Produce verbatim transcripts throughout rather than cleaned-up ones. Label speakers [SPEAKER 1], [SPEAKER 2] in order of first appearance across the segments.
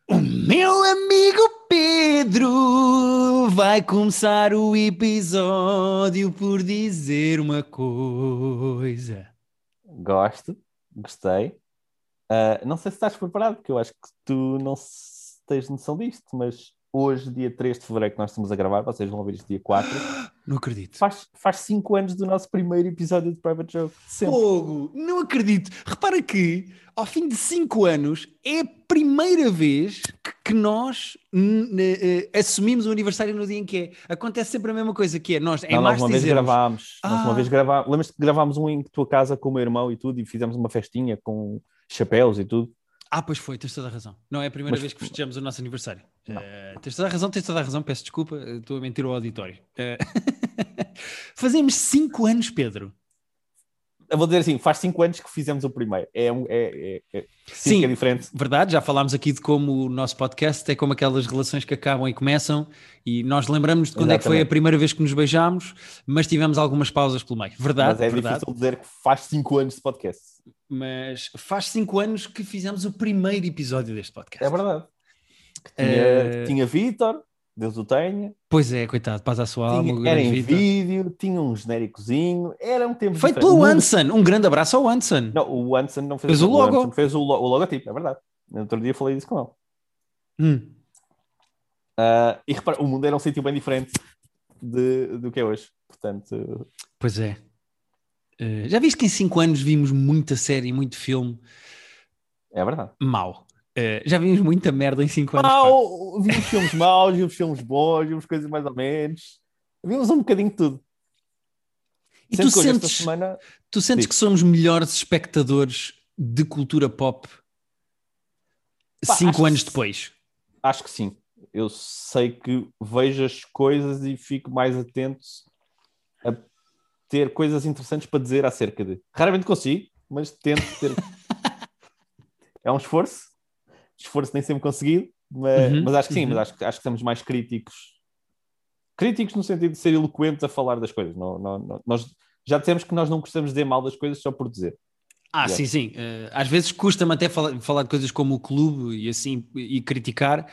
[SPEAKER 1] O meu amigo Pedro vai começar o episódio por dizer uma coisa.
[SPEAKER 2] Gosto, gostei. Uh, não sei se estás preparado, porque eu acho que tu não se- tens noção disto, mas hoje, dia três de fevereiro, que nós estamos a gravar, vocês vão ouvir isto dia quatro,
[SPEAKER 1] Não acredito.
[SPEAKER 2] faz, faz cinco anos do nosso primeiro episódio de Private Joke. Sempre.
[SPEAKER 1] Fogo! Não acredito. Repara que, ao fim de cinco anos, é a primeira vez que, que nós n- n- eh, assumimos o aniversário no dia em que é. Acontece sempre a mesma coisa, que é nós, em
[SPEAKER 2] Não, nós
[SPEAKER 1] março,
[SPEAKER 2] uma vez
[SPEAKER 1] dizemos...
[SPEAKER 2] gravámos, nós uma
[SPEAKER 1] Ah,
[SPEAKER 2] vez gravámos, lembras-te que gravámos um em tua casa com o meu irmão e tudo, e fizemos uma festinha com chapéus e tudo.
[SPEAKER 1] ah, pois foi, tens toda a razão. Não é a primeira
[SPEAKER 2] Mas
[SPEAKER 1] vez que festejamos o nosso aniversário.
[SPEAKER 2] não.
[SPEAKER 1] Eh, tens toda a razão, tens toda a razão, peço desculpa, eh, estou a mentir ao auditório. Eh, Fazemos cinco anos, Pedro.
[SPEAKER 2] Eu vou dizer assim, faz cinco anos que fizemos o primeiro. É, um- é, é, é, sinto
[SPEAKER 1] Sim,
[SPEAKER 2] que é diferente.
[SPEAKER 1] verdade, já falámos aqui de como o nosso podcast é como aquelas relações que acabam e começam, e nós lembramos de quando é que foi a
[SPEAKER 2] Exatamente.
[SPEAKER 1] primeira vez que nos beijámos, mas tivemos algumas pausas pelo meio. Verdade,
[SPEAKER 2] Mas é
[SPEAKER 1] verdade.
[SPEAKER 2] difícil dizer que faz cinco anos de podcast.
[SPEAKER 1] Mas faz cinco anos que fizemos o primeiro episódio deste podcast.
[SPEAKER 2] É verdade. Que tinha,
[SPEAKER 1] Eh,
[SPEAKER 2] que tinha Vítor, Deus o tenha.
[SPEAKER 1] Pois é, coitado, paz à sua alma,
[SPEAKER 2] Tinha,
[SPEAKER 1] o
[SPEAKER 2] era
[SPEAKER 1] grande
[SPEAKER 2] em
[SPEAKER 1] Vitor.
[SPEAKER 2] vídeo, tinha um genéricozinho. Era um tempo
[SPEAKER 1] Feito
[SPEAKER 2] diferente.
[SPEAKER 1] pelo
[SPEAKER 2] O mundo-
[SPEAKER 1] Anson, um grande abraço ao Anson.
[SPEAKER 2] Não, o Anson não fez,
[SPEAKER 1] Fez o
[SPEAKER 2] o
[SPEAKER 1] logo.
[SPEAKER 2] Anson fez o, lo- o logotipo, é verdade. No outro dia falei disso com ele.
[SPEAKER 1] Hum.
[SPEAKER 2] Ah, e repara, o mundo era um sítio bem diferente de, do que é hoje. Portanto,
[SPEAKER 1] Pois é. Eh, já viste que em cinco anos vimos muita série, muito filme
[SPEAKER 2] é verdade.
[SPEAKER 1] mau. Eh, já vimos muita merda em cinco anos. pá.
[SPEAKER 2] Mau, vimos filmes maus, vimos filmes bons, vimos coisas mais ou menos. Vimos um bocadinho de tudo.
[SPEAKER 1] E
[SPEAKER 2] Sendo
[SPEAKER 1] tu
[SPEAKER 2] que hoje, esta
[SPEAKER 1] sentes,
[SPEAKER 2] semana,
[SPEAKER 1] tu sentes
[SPEAKER 2] Diz.
[SPEAKER 1] que somos melhores espectadores de cultura pop
[SPEAKER 2] Pá, acho
[SPEAKER 1] cinco
[SPEAKER 2] que
[SPEAKER 1] anos
[SPEAKER 2] se-
[SPEAKER 1] depois?
[SPEAKER 2] acho que sim. Eu sei que vejo as coisas e fico mais atento a ter coisas interessantes para dizer acerca de. Raramente consigo, mas tento ter. É um esforço. Esforço nem sempre conseguido, mas,
[SPEAKER 1] Uhum,
[SPEAKER 2] mas acho que sim,
[SPEAKER 1] uhum.
[SPEAKER 2] mas acho, que- acho que estamos mais críticos. Críticos no sentido de ser eloquentes a falar das coisas. Não, não, não- nós já dissemos que nós não gostamos de dizer mal das coisas só por dizer.
[SPEAKER 1] Ah,
[SPEAKER 2] Yeah.
[SPEAKER 1] sim, sim. Eh, às vezes custa-me até falar, falar de coisas como o clube e assim, e criticar,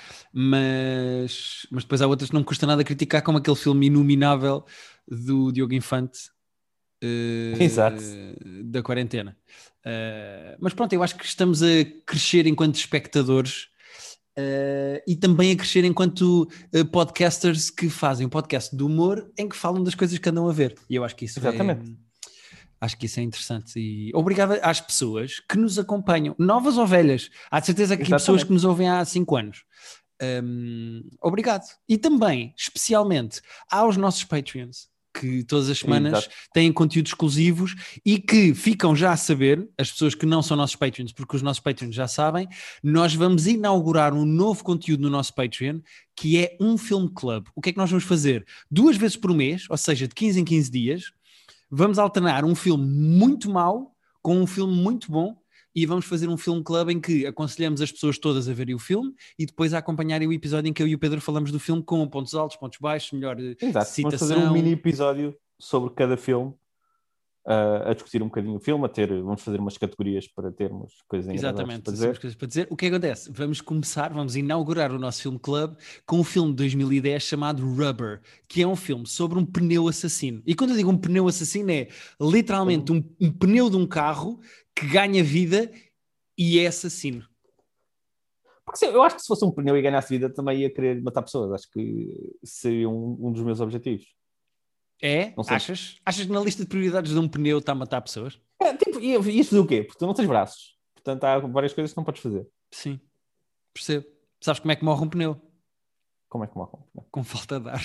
[SPEAKER 1] mas, mas depois há outras que não me custa nada criticar, como aquele filme Inominável do Diogo Infante, eh,
[SPEAKER 2] Exato.
[SPEAKER 1] da quarentena. Eh, mas pronto, eu acho que estamos a crescer enquanto espectadores, eh, e também a crescer enquanto eh, podcasters que fazem um podcast de humor em que falam das coisas que andam a ver. E eu acho que isso
[SPEAKER 2] Exatamente.
[SPEAKER 1] é... Acho que isso é interessante e obrigado às pessoas que nos acompanham, novas ou velhas. Há de certeza que há pessoas
[SPEAKER 2] Exatamente.
[SPEAKER 1] que nos ouvem há cinco anos. Hum, obrigado. E também, especialmente, aos nossos Patreons, que todas as semanas
[SPEAKER 2] Exato.
[SPEAKER 1] têm conteúdos exclusivos e que ficam já a saber, as pessoas que não são nossos Patreons, porque os nossos Patreons já sabem, nós vamos inaugurar um novo conteúdo no nosso Patreon, que é um Film Club. O que é que nós vamos fazer? Duas vezes por mês, ou seja, de quinze em quinze dias, vamos alternar um filme muito mau com um filme muito bom e vamos fazer um filme club em que aconselhamos as pessoas todas a verem o filme e depois a acompanharem o episódio em que eu e o Pedro falamos do filme com pontos altos, pontos baixos, melhor eh,
[SPEAKER 2] Exato. Vamos fazer um
[SPEAKER 1] citação.
[SPEAKER 2] mini episódio sobre cada filme, uh, a discutir um bocadinho o filme, a ter, vamos fazer umas categorias para termos coisas engraçadas
[SPEAKER 1] Exatamente,
[SPEAKER 2] para
[SPEAKER 1] temos
[SPEAKER 2] dizer.
[SPEAKER 1] coisas para dizer. O que acontece? Vamos começar, vamos inaugurar o nosso filme club com um filme de dois mil e dez chamado Rubber, que é um filme sobre um pneu assassino. E quando eu digo um pneu assassino é literalmente um, um pneu de um carro que ganha vida e é assassino.
[SPEAKER 2] Porque sim, eu acho que se fosse um pneu e ganhasse vida também ia querer matar pessoas. Acho que seria um, um dos meus objetivos.
[SPEAKER 1] É?
[SPEAKER 2] Não sei.
[SPEAKER 1] Achas? Achas que na lista de prioridades de um pneu está a matar pessoas?
[SPEAKER 2] É, tipo, e ias fazer o quê? Porque tu não tens braços. Portanto, há várias coisas que não podes fazer.
[SPEAKER 1] Sim, percebo. Sabes como é que morre um pneu?
[SPEAKER 2] Como é que morre?
[SPEAKER 1] Com falta de ar.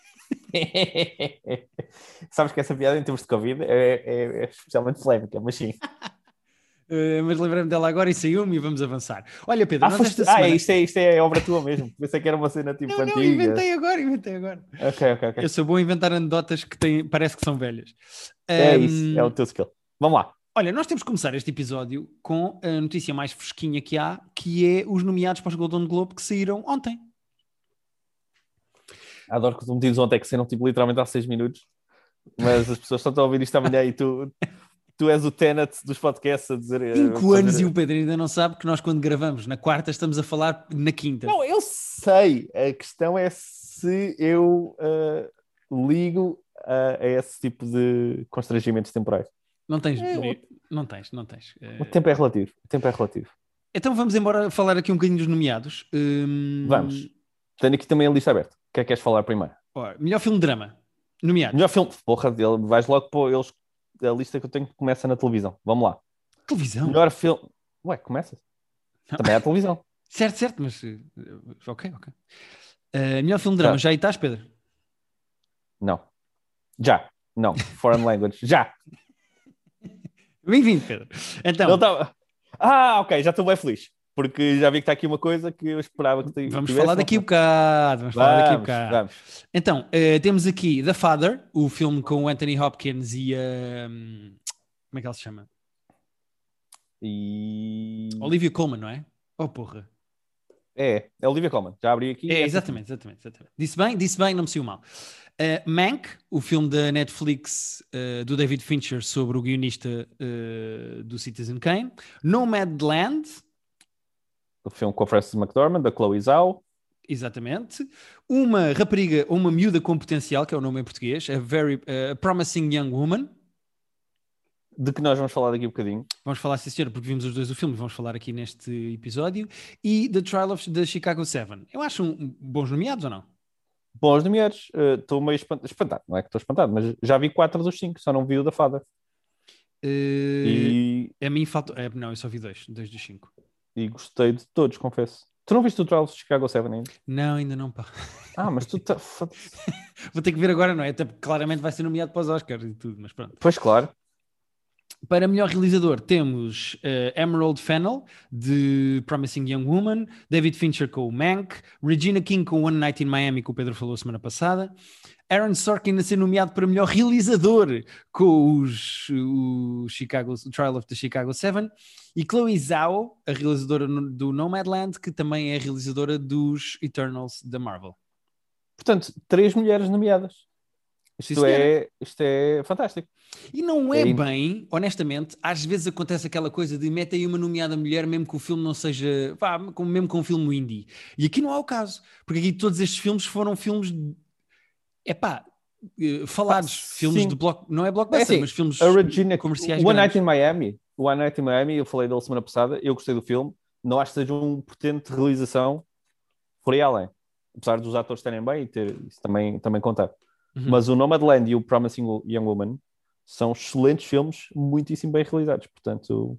[SPEAKER 2] Sabes que essa piada em termos de Covid é, é, é especialmente polémica, mas sim.
[SPEAKER 1] Uh, mas lembrei-me dela agora e saiu-me e vamos avançar. Olha, Pedro,
[SPEAKER 2] Ah,
[SPEAKER 1] nós
[SPEAKER 2] foste...
[SPEAKER 1] esta
[SPEAKER 2] ah
[SPEAKER 1] semana...
[SPEAKER 2] isto, é, isto é obra tua mesmo. Pensei que era uma cena tipo
[SPEAKER 1] Não, não,
[SPEAKER 2] antiga.
[SPEAKER 1] inventei agora, inventei agora.
[SPEAKER 2] Ok, ok, ok.
[SPEAKER 1] Eu sou bom a inventar anedotas que têm, parece que são velhas.
[SPEAKER 2] É
[SPEAKER 1] Um,
[SPEAKER 2] isso, é o teu skill. Vamos lá.
[SPEAKER 1] Olha, nós temos que começar este episódio com a notícia mais fresquinha que há, que é os nomeados para os Golden Globe que saíram ontem.
[SPEAKER 2] Adoro que tu me dizes ontem que saíram tipo literalmente há seis minutos, mas as pessoas só estão a ouvir isto amanhã e tu tu és o Tenet dos podcasts a dizer...
[SPEAKER 1] Cinco
[SPEAKER 2] a
[SPEAKER 1] anos
[SPEAKER 2] fazer...
[SPEAKER 1] e o Pedro ainda não sabe que nós quando gravamos na quarta estamos a falar na quinta.
[SPEAKER 2] Não, eu sei. A questão é se eu uh, ligo a, a esse tipo de constrangimentos temporais.
[SPEAKER 1] Não tens,
[SPEAKER 2] É, o...
[SPEAKER 1] não tens, não tens.
[SPEAKER 2] O tempo é relativo. O tempo é relativo.
[SPEAKER 1] Então vamos embora falar aqui um bocadinho dos nomeados. Hum...
[SPEAKER 2] Vamos. Tenho aqui também a lista aberta. O que é que queres falar primeiro?
[SPEAKER 1] Ora, melhor filme de drama. Nomeados.
[SPEAKER 2] Melhor filme. Porra, vais logo pôr eles. A lista que eu tenho que começa na televisão. Vamos lá.
[SPEAKER 1] Televisão?
[SPEAKER 2] Melhor filme. Ué, começa. Também é a televisão.
[SPEAKER 1] Certo, certo, mas. Ok, ok. Uh, melhor filme de drama. Já aí estás, Pedro?
[SPEAKER 2] Não. Já. Não. Foreign language. Já.
[SPEAKER 1] Bem-vindo, Pedro. Então.
[SPEAKER 2] Não tava... Ah, ok. Já estou bem feliz. Porque já vi que está aqui uma coisa que eu esperava que tivesse.
[SPEAKER 1] Vamos falar daqui a bocado. Vamos, vamos falar daqui a bocado. Vamos. Então, uh, temos aqui The Father, o filme com o Anthony Hopkins e a. Um, como é que ela se chama?
[SPEAKER 2] E...
[SPEAKER 1] Olivia Colman, não é? Oh, porra.
[SPEAKER 2] É, é Olivia Colman. Já abri aqui.
[SPEAKER 1] É, exatamente, exatamente, exatamente. Disse bem, disse bem, não me saiu mal. Uh, Mank, o filme da Netflix uh, do David Fincher sobre o guionista uh, do Citizen Kane. Nomadland.
[SPEAKER 2] O filme com a Frances McDormand, da Chloe Zhao.
[SPEAKER 1] Exatamente. Uma rapariga, ou uma miúda com potencial, que é o nome em português, a Very uh, Promising Young Woman.
[SPEAKER 2] De que nós vamos falar daqui a um bocadinho.
[SPEAKER 1] Vamos falar, sim senhor, porque vimos os dois o filme, vamos falar aqui neste episódio. E The Trial of the Chicago Seven. Eu acho um, bons nomeados ou não?
[SPEAKER 2] Bons nomeados. Estou uh, meio espantado. Não é que estou espantado, mas já vi quatro dos cinco, só não vi o da Father.
[SPEAKER 1] Uh, e... A mim falta... É, não, eu só vi dois, dois dos cinco.
[SPEAKER 2] E gostei de todos, confesso. Tu não viste o Trial of Chicago Seven ainda?
[SPEAKER 1] Não, ainda não, pá.
[SPEAKER 2] Ah, mas tu... Tá...
[SPEAKER 1] Vou ter que ver agora, não é? Até porque claramente vai ser nomeado para os Oscars e tudo, mas pronto.
[SPEAKER 2] Pois, claro.
[SPEAKER 1] Para melhor realizador temos uh, Emerald Fennell, de Promising Young Woman, David Fincher com o Mank, Regina King com One Night in Miami, que o Pedro falou semana passada, Aaron Sorkin a ser nomeado para melhor realizador com os, o, Chicago, o Trial of the Chicago Seven, e Chloe Zhao, a realizadora do Nomadland, que também é a realizadora dos Eternals da Marvel.
[SPEAKER 2] Portanto, três mulheres nomeadas. Isto é, isto é fantástico.
[SPEAKER 1] E não é, é bem, honestamente, às vezes acontece aquela coisa de metem uma nomeada mulher mesmo que o filme não seja, pá, mesmo com um filme indie. E aqui não é o caso, porque aqui todos estes filmes foram filmes, é pá, falados, pá, filmes sim. de bloco, não é blockbuster, é assim, mas filmes
[SPEAKER 2] a Regina,
[SPEAKER 1] comerciais
[SPEAKER 2] One
[SPEAKER 1] grandes.
[SPEAKER 2] Night in Miami, One Night in Miami, eu falei dele semana passada, eu gostei do filme, não acho que seja um potente realização por aí além, apesar dos atores estarem bem e ter isso também, também contar. Uhum. Mas o Nomadland e o Promising Young Woman são excelentes filmes, muitíssimo bem realizados. Portanto,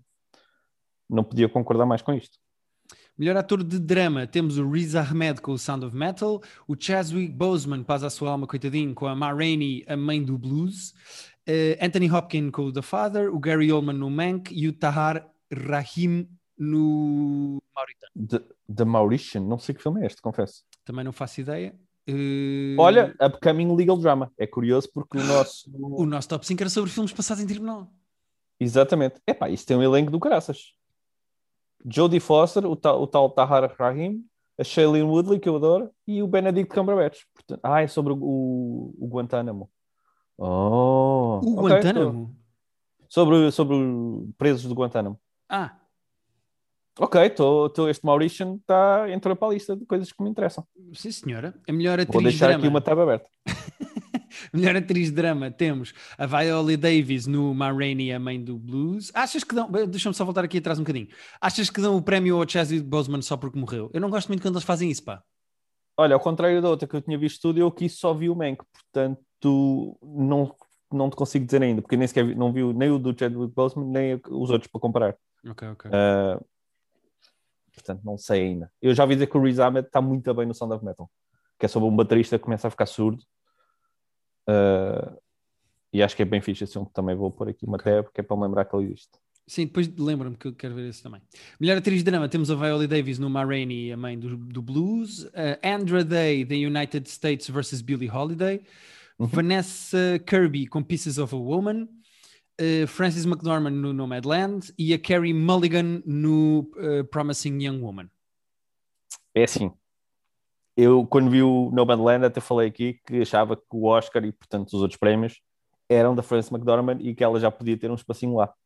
[SPEAKER 2] não podia concordar mais com isto.
[SPEAKER 1] Melhor ator de drama, temos o Riz Ahmed com o Sound of Metal, o Chadwick Boseman, paz à sua alma, coitadinho, com a Ma Rainey, a mãe do blues, uh, Anthony Hopkins com o The Father, o Gary Oldman no Mank e o Tahar Rahim no Mauritano.
[SPEAKER 2] The, The Mauritian, não sei que filme é este, confesso.
[SPEAKER 1] Também não faço ideia. Uh...
[SPEAKER 2] Olha, Upcoming Legal Drama. É curioso porque o nosso...
[SPEAKER 1] O nosso top cinco era sobre filmes passados em tribunal.
[SPEAKER 2] Exatamente. Epá, isto tem um elenco do caraças. Jodie Foster, o tal, o tal Tahar Rahim, a Shailene Woodley, que eu adoro, e o Benedict Cumberbatch. Portanto, ah, é sobre o, o Guantánamo. Oh,
[SPEAKER 1] o
[SPEAKER 2] okay,
[SPEAKER 1] Guantánamo?
[SPEAKER 2] Sobre, sobre presos do Guantánamo.
[SPEAKER 1] Ah.
[SPEAKER 2] Ok, tô, tô, este Mauritian tá, entrou para a lista de coisas que me interessam.
[SPEAKER 1] Sim, senhora. A melhor atriz
[SPEAKER 2] Vou deixar
[SPEAKER 1] drama.
[SPEAKER 2] aqui uma tab aberta.
[SPEAKER 1] Melhor atriz de drama temos a Viola Davis no Ma Rainey, a mãe do blues. Achas que dão... Deixa-me só voltar aqui atrás um bocadinho. Achas que dão o prémio ao Chadwick Boseman só porque morreu? Eu não gosto muito quando eles fazem isso, pá.
[SPEAKER 2] Olha, ao contrário da outra que eu tinha visto tudo, eu aqui só vi o Mank. Portanto, não, não te consigo dizer ainda, porque nem sequer vi, não vi nem o do Chadwick Boseman, nem os outros para comparar.
[SPEAKER 1] Ok, ok.
[SPEAKER 2] Uh, portanto, não sei ainda. Eu já ouvi dizer que o Riz Ahmed está muito bem no Sound of Metal, que é sobre um baterista que começa a ficar surdo. Uh, e acho que é bem fixe esse filme. Também vou pôr aqui uma okay. tab, que é para me lembrar que ele existe.
[SPEAKER 1] Sim, depois lembra-me que eu quero ver esse também. Melhor atriz de drama, temos a Viola Davis no Ma Rainey, a mãe do, do blues, uh, Andra Day, The United States versus Billie Holiday, uhum. Vanessa Kirby com Pieces of a Woman, uh, Frances McDormand no Nomadland e a Carey Mulligan no uh, Promising Young Woman.
[SPEAKER 2] É assim, eu quando vi o Nomadland até falei aqui que achava que o Oscar e portanto os outros prémios eram da Frances McDormand e que ela já podia ter um espacinho lá.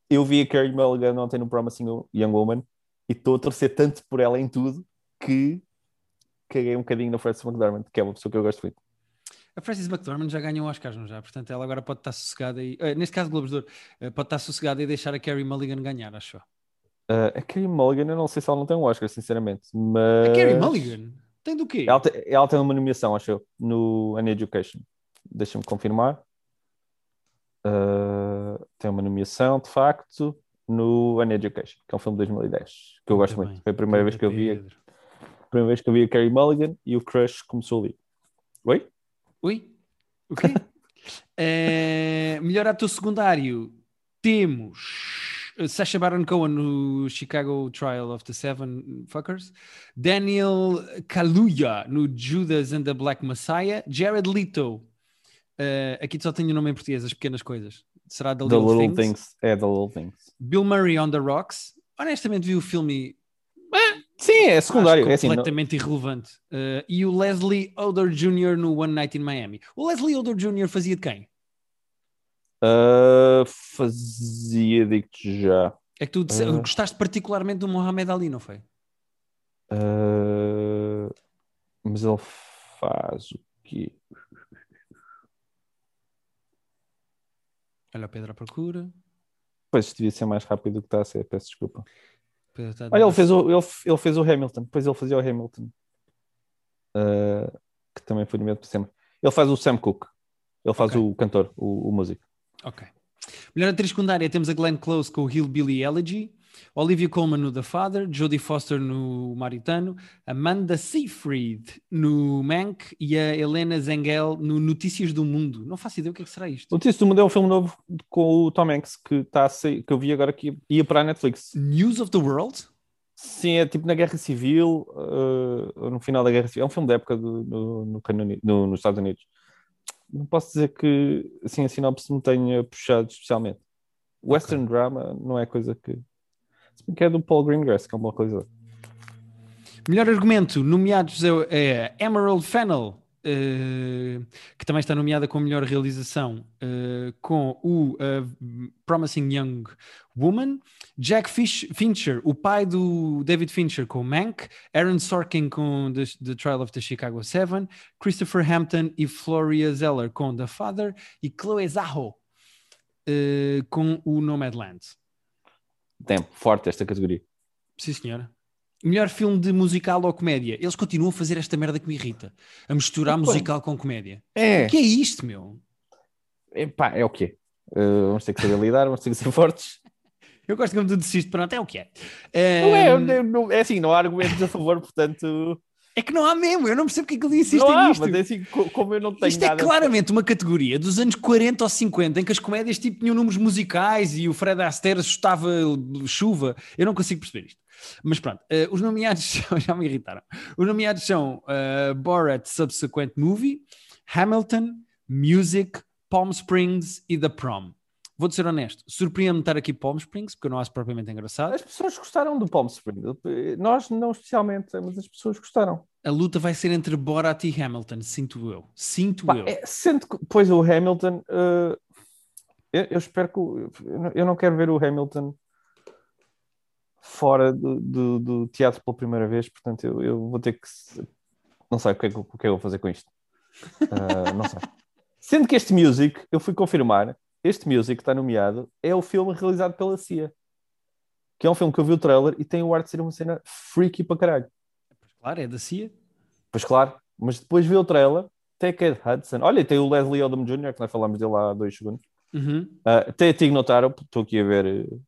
[SPEAKER 2] eu vi a Carey Mulligan ontem no Promising Young Woman e estou a torcer tanto por ela em tudo que caguei um bocadinho na Frances McDormand, que é uma pessoa que eu gosto muito.
[SPEAKER 1] A Frances McDormand já ganhou Oscars, não já? Portanto, ela agora pode estar sossegada e... Uh, neste caso, Globos de Ouro, uh, pode estar sossegada e deixar a Carey Mulligan ganhar, acho eu.
[SPEAKER 2] Uh, a Carey Mulligan, eu não sei se ela não tem um Oscar, sinceramente,
[SPEAKER 1] A Carey
[SPEAKER 2] mas...
[SPEAKER 1] Mulligan? Tem do quê?
[SPEAKER 2] Ela tem, ela tem uma nomeação, acho eu, no An Education. Deixa-me confirmar. Uh, tem uma nomeação, de facto, no An Education, que é um filme de dois mil e dez, que eu
[SPEAKER 1] Muito
[SPEAKER 2] gosto
[SPEAKER 1] bem.
[SPEAKER 2] muito. Foi a primeira vez
[SPEAKER 1] Ganda
[SPEAKER 2] que eu vi, a
[SPEAKER 1] Pedro.
[SPEAKER 2] primeira vez que eu vi a Carey Mulligan e o crush começou ali. Oi?
[SPEAKER 1] Oi? O quê? É, melhor ator secundário, temos Sacha Baron Cohen no Chicago Trial of the Seven Fuckers, Daniel Kaluuya no Judas and the Black Messiah, Jared Leto, uh, aqui só tenho o nome em português, As Pequenas Coisas, será The,
[SPEAKER 2] The
[SPEAKER 1] Little,
[SPEAKER 2] Little
[SPEAKER 1] Things.
[SPEAKER 2] Things. É The Little Things.
[SPEAKER 1] Bill Murray on the Rocks, honestamente vi o filme...
[SPEAKER 2] Sim, é secundário.
[SPEAKER 1] Acho
[SPEAKER 2] É assim, não...
[SPEAKER 1] completamente irrelevante. Uh, e o Leslie Odom Júnior no One Night in Miami. O Leslie Odom Júnior fazia de quem?
[SPEAKER 2] Uh, fazia, digo-te já.
[SPEAKER 1] É que tu disse-
[SPEAKER 2] Uh,
[SPEAKER 1] gostaste particularmente do Mohamed Ali, não foi?
[SPEAKER 2] uh, mas ele faz o quê?
[SPEAKER 1] Olha o Pedro à procura.
[SPEAKER 2] Pois devia ser mais rápido do que está a ser, peço desculpa.
[SPEAKER 1] Pedro está a
[SPEAKER 2] Olha, ele
[SPEAKER 1] dizer-
[SPEAKER 2] fez o, ele, ele fez o Hamilton, depois ele fazia o Hamilton, uh, que também foi nomeado para sempre. Ele faz o Sam Cooke, ele faz
[SPEAKER 1] Ok.
[SPEAKER 2] o cantor, o, o músico.
[SPEAKER 1] Ok. Melhor atriz secundária temos a Glenn Close com o Hillbilly Elegy, Olivia Colman no The Father, Jodie Foster no Maritano, Amanda Seyfried no Mank e a Helena Zengel no Notícias do Mundo. Não faço ideia o que é que será isto.
[SPEAKER 2] O Notícias do Mundo é um filme novo com o Tom Hanks que, está a sair, que eu vi agora que ia para a Netflix.
[SPEAKER 1] News of the World?
[SPEAKER 2] Sim, é tipo na Guerra Civil, uh, no final da Guerra Civil. É um filme da época do, no, no, Reino Unido- no, nos Estados Unidos. Não posso dizer que assim, a sinopse me tenha puxado especialmente. Western drama não é coisa que... Se bem que é do Paul Greengrass, que é uma coisa...
[SPEAKER 1] Melhor argumento, nomeados é Emerald Fennell, eh, que também está nomeada com melhor realização, eh, com o eh, Promising Young Woman, Jack Fish- Fincher, o pai do David Fincher com Mank, Aaron Sorkin com The, The Trial of the Chicago Seven, Christopher Hampton e Floria Zeller com The Father e Chloe Zhao eh, com o Nomadland.
[SPEAKER 2] Tempo, forte esta categoria.
[SPEAKER 1] Sim, senhora. Melhor filme de musical ou comédia. Eles continuam a fazer esta merda que me irrita. A misturar
[SPEAKER 2] Opa.
[SPEAKER 1] musical com comédia.
[SPEAKER 2] É,
[SPEAKER 1] O que é isto, meu?
[SPEAKER 2] epá, é o quê? Uh, vamos ter que saber lidar, vamos ter que ser fortes.
[SPEAKER 1] Eu gosto como tu disseste, pronto, é o que é.
[SPEAKER 2] Não é,
[SPEAKER 1] Ahm,
[SPEAKER 2] não- não- é assim, não há argumentos a favor, portanto...
[SPEAKER 1] é que não há mesmo. Eu não percebo porque é que ele insiste
[SPEAKER 2] Não há,
[SPEAKER 1] nisto.
[SPEAKER 2] mas é assim, co- como eu não tenho
[SPEAKER 1] Isto é
[SPEAKER 2] nada...
[SPEAKER 1] claramente uma categoria dos anos quarenta ou cinquenta em que as comédias tipo, tinham números musicais e o Fred Astaire assustava chuva. Eu não consigo perceber isto. Mas pronto, eh, os nomeados são, já me irritaram. Os nomeados são eh, Borat Subsequent Movie, Hamilton, Music, Palm Springs e The Prom. Vou-te ser honesto, surpreende-me estar aqui Palm Springs, porque eu não acho propriamente engraçado.
[SPEAKER 2] As pessoas gostaram do Palm Springs. Nós não especialmente, mas as pessoas gostaram.
[SPEAKER 1] A luta vai ser entre Borat e Hamilton, sinto eu. Sinto
[SPEAKER 2] Pá,
[SPEAKER 1] eu.
[SPEAKER 2] é, sendo que, pois o Hamilton, uh, eu, eu espero que o- eu não- eu não quero ver o Hamilton fora do, do- do teatro pela primeira vez, portanto eu, eu vou ter que se- não sei o que, é que, o que é que eu vou fazer com isto. Uh, não sei. Sendo que este music, eu fui confirmar, este music que está nomeado é o filme realizado pela C I A, que é um filme que eu vi o trailer e tem o ar de ser uma cena freaky para caralho.
[SPEAKER 1] Claro, é da C I A.
[SPEAKER 2] Pois claro, mas depois vi o trailer, tem a Kate Hudson, olha, tem o Leslie Odom Júnior, que nós falámos dele há dois segundos.
[SPEAKER 1] Uhum.
[SPEAKER 2] Uh, tem a Tig Notaro, estou aqui a ver uh,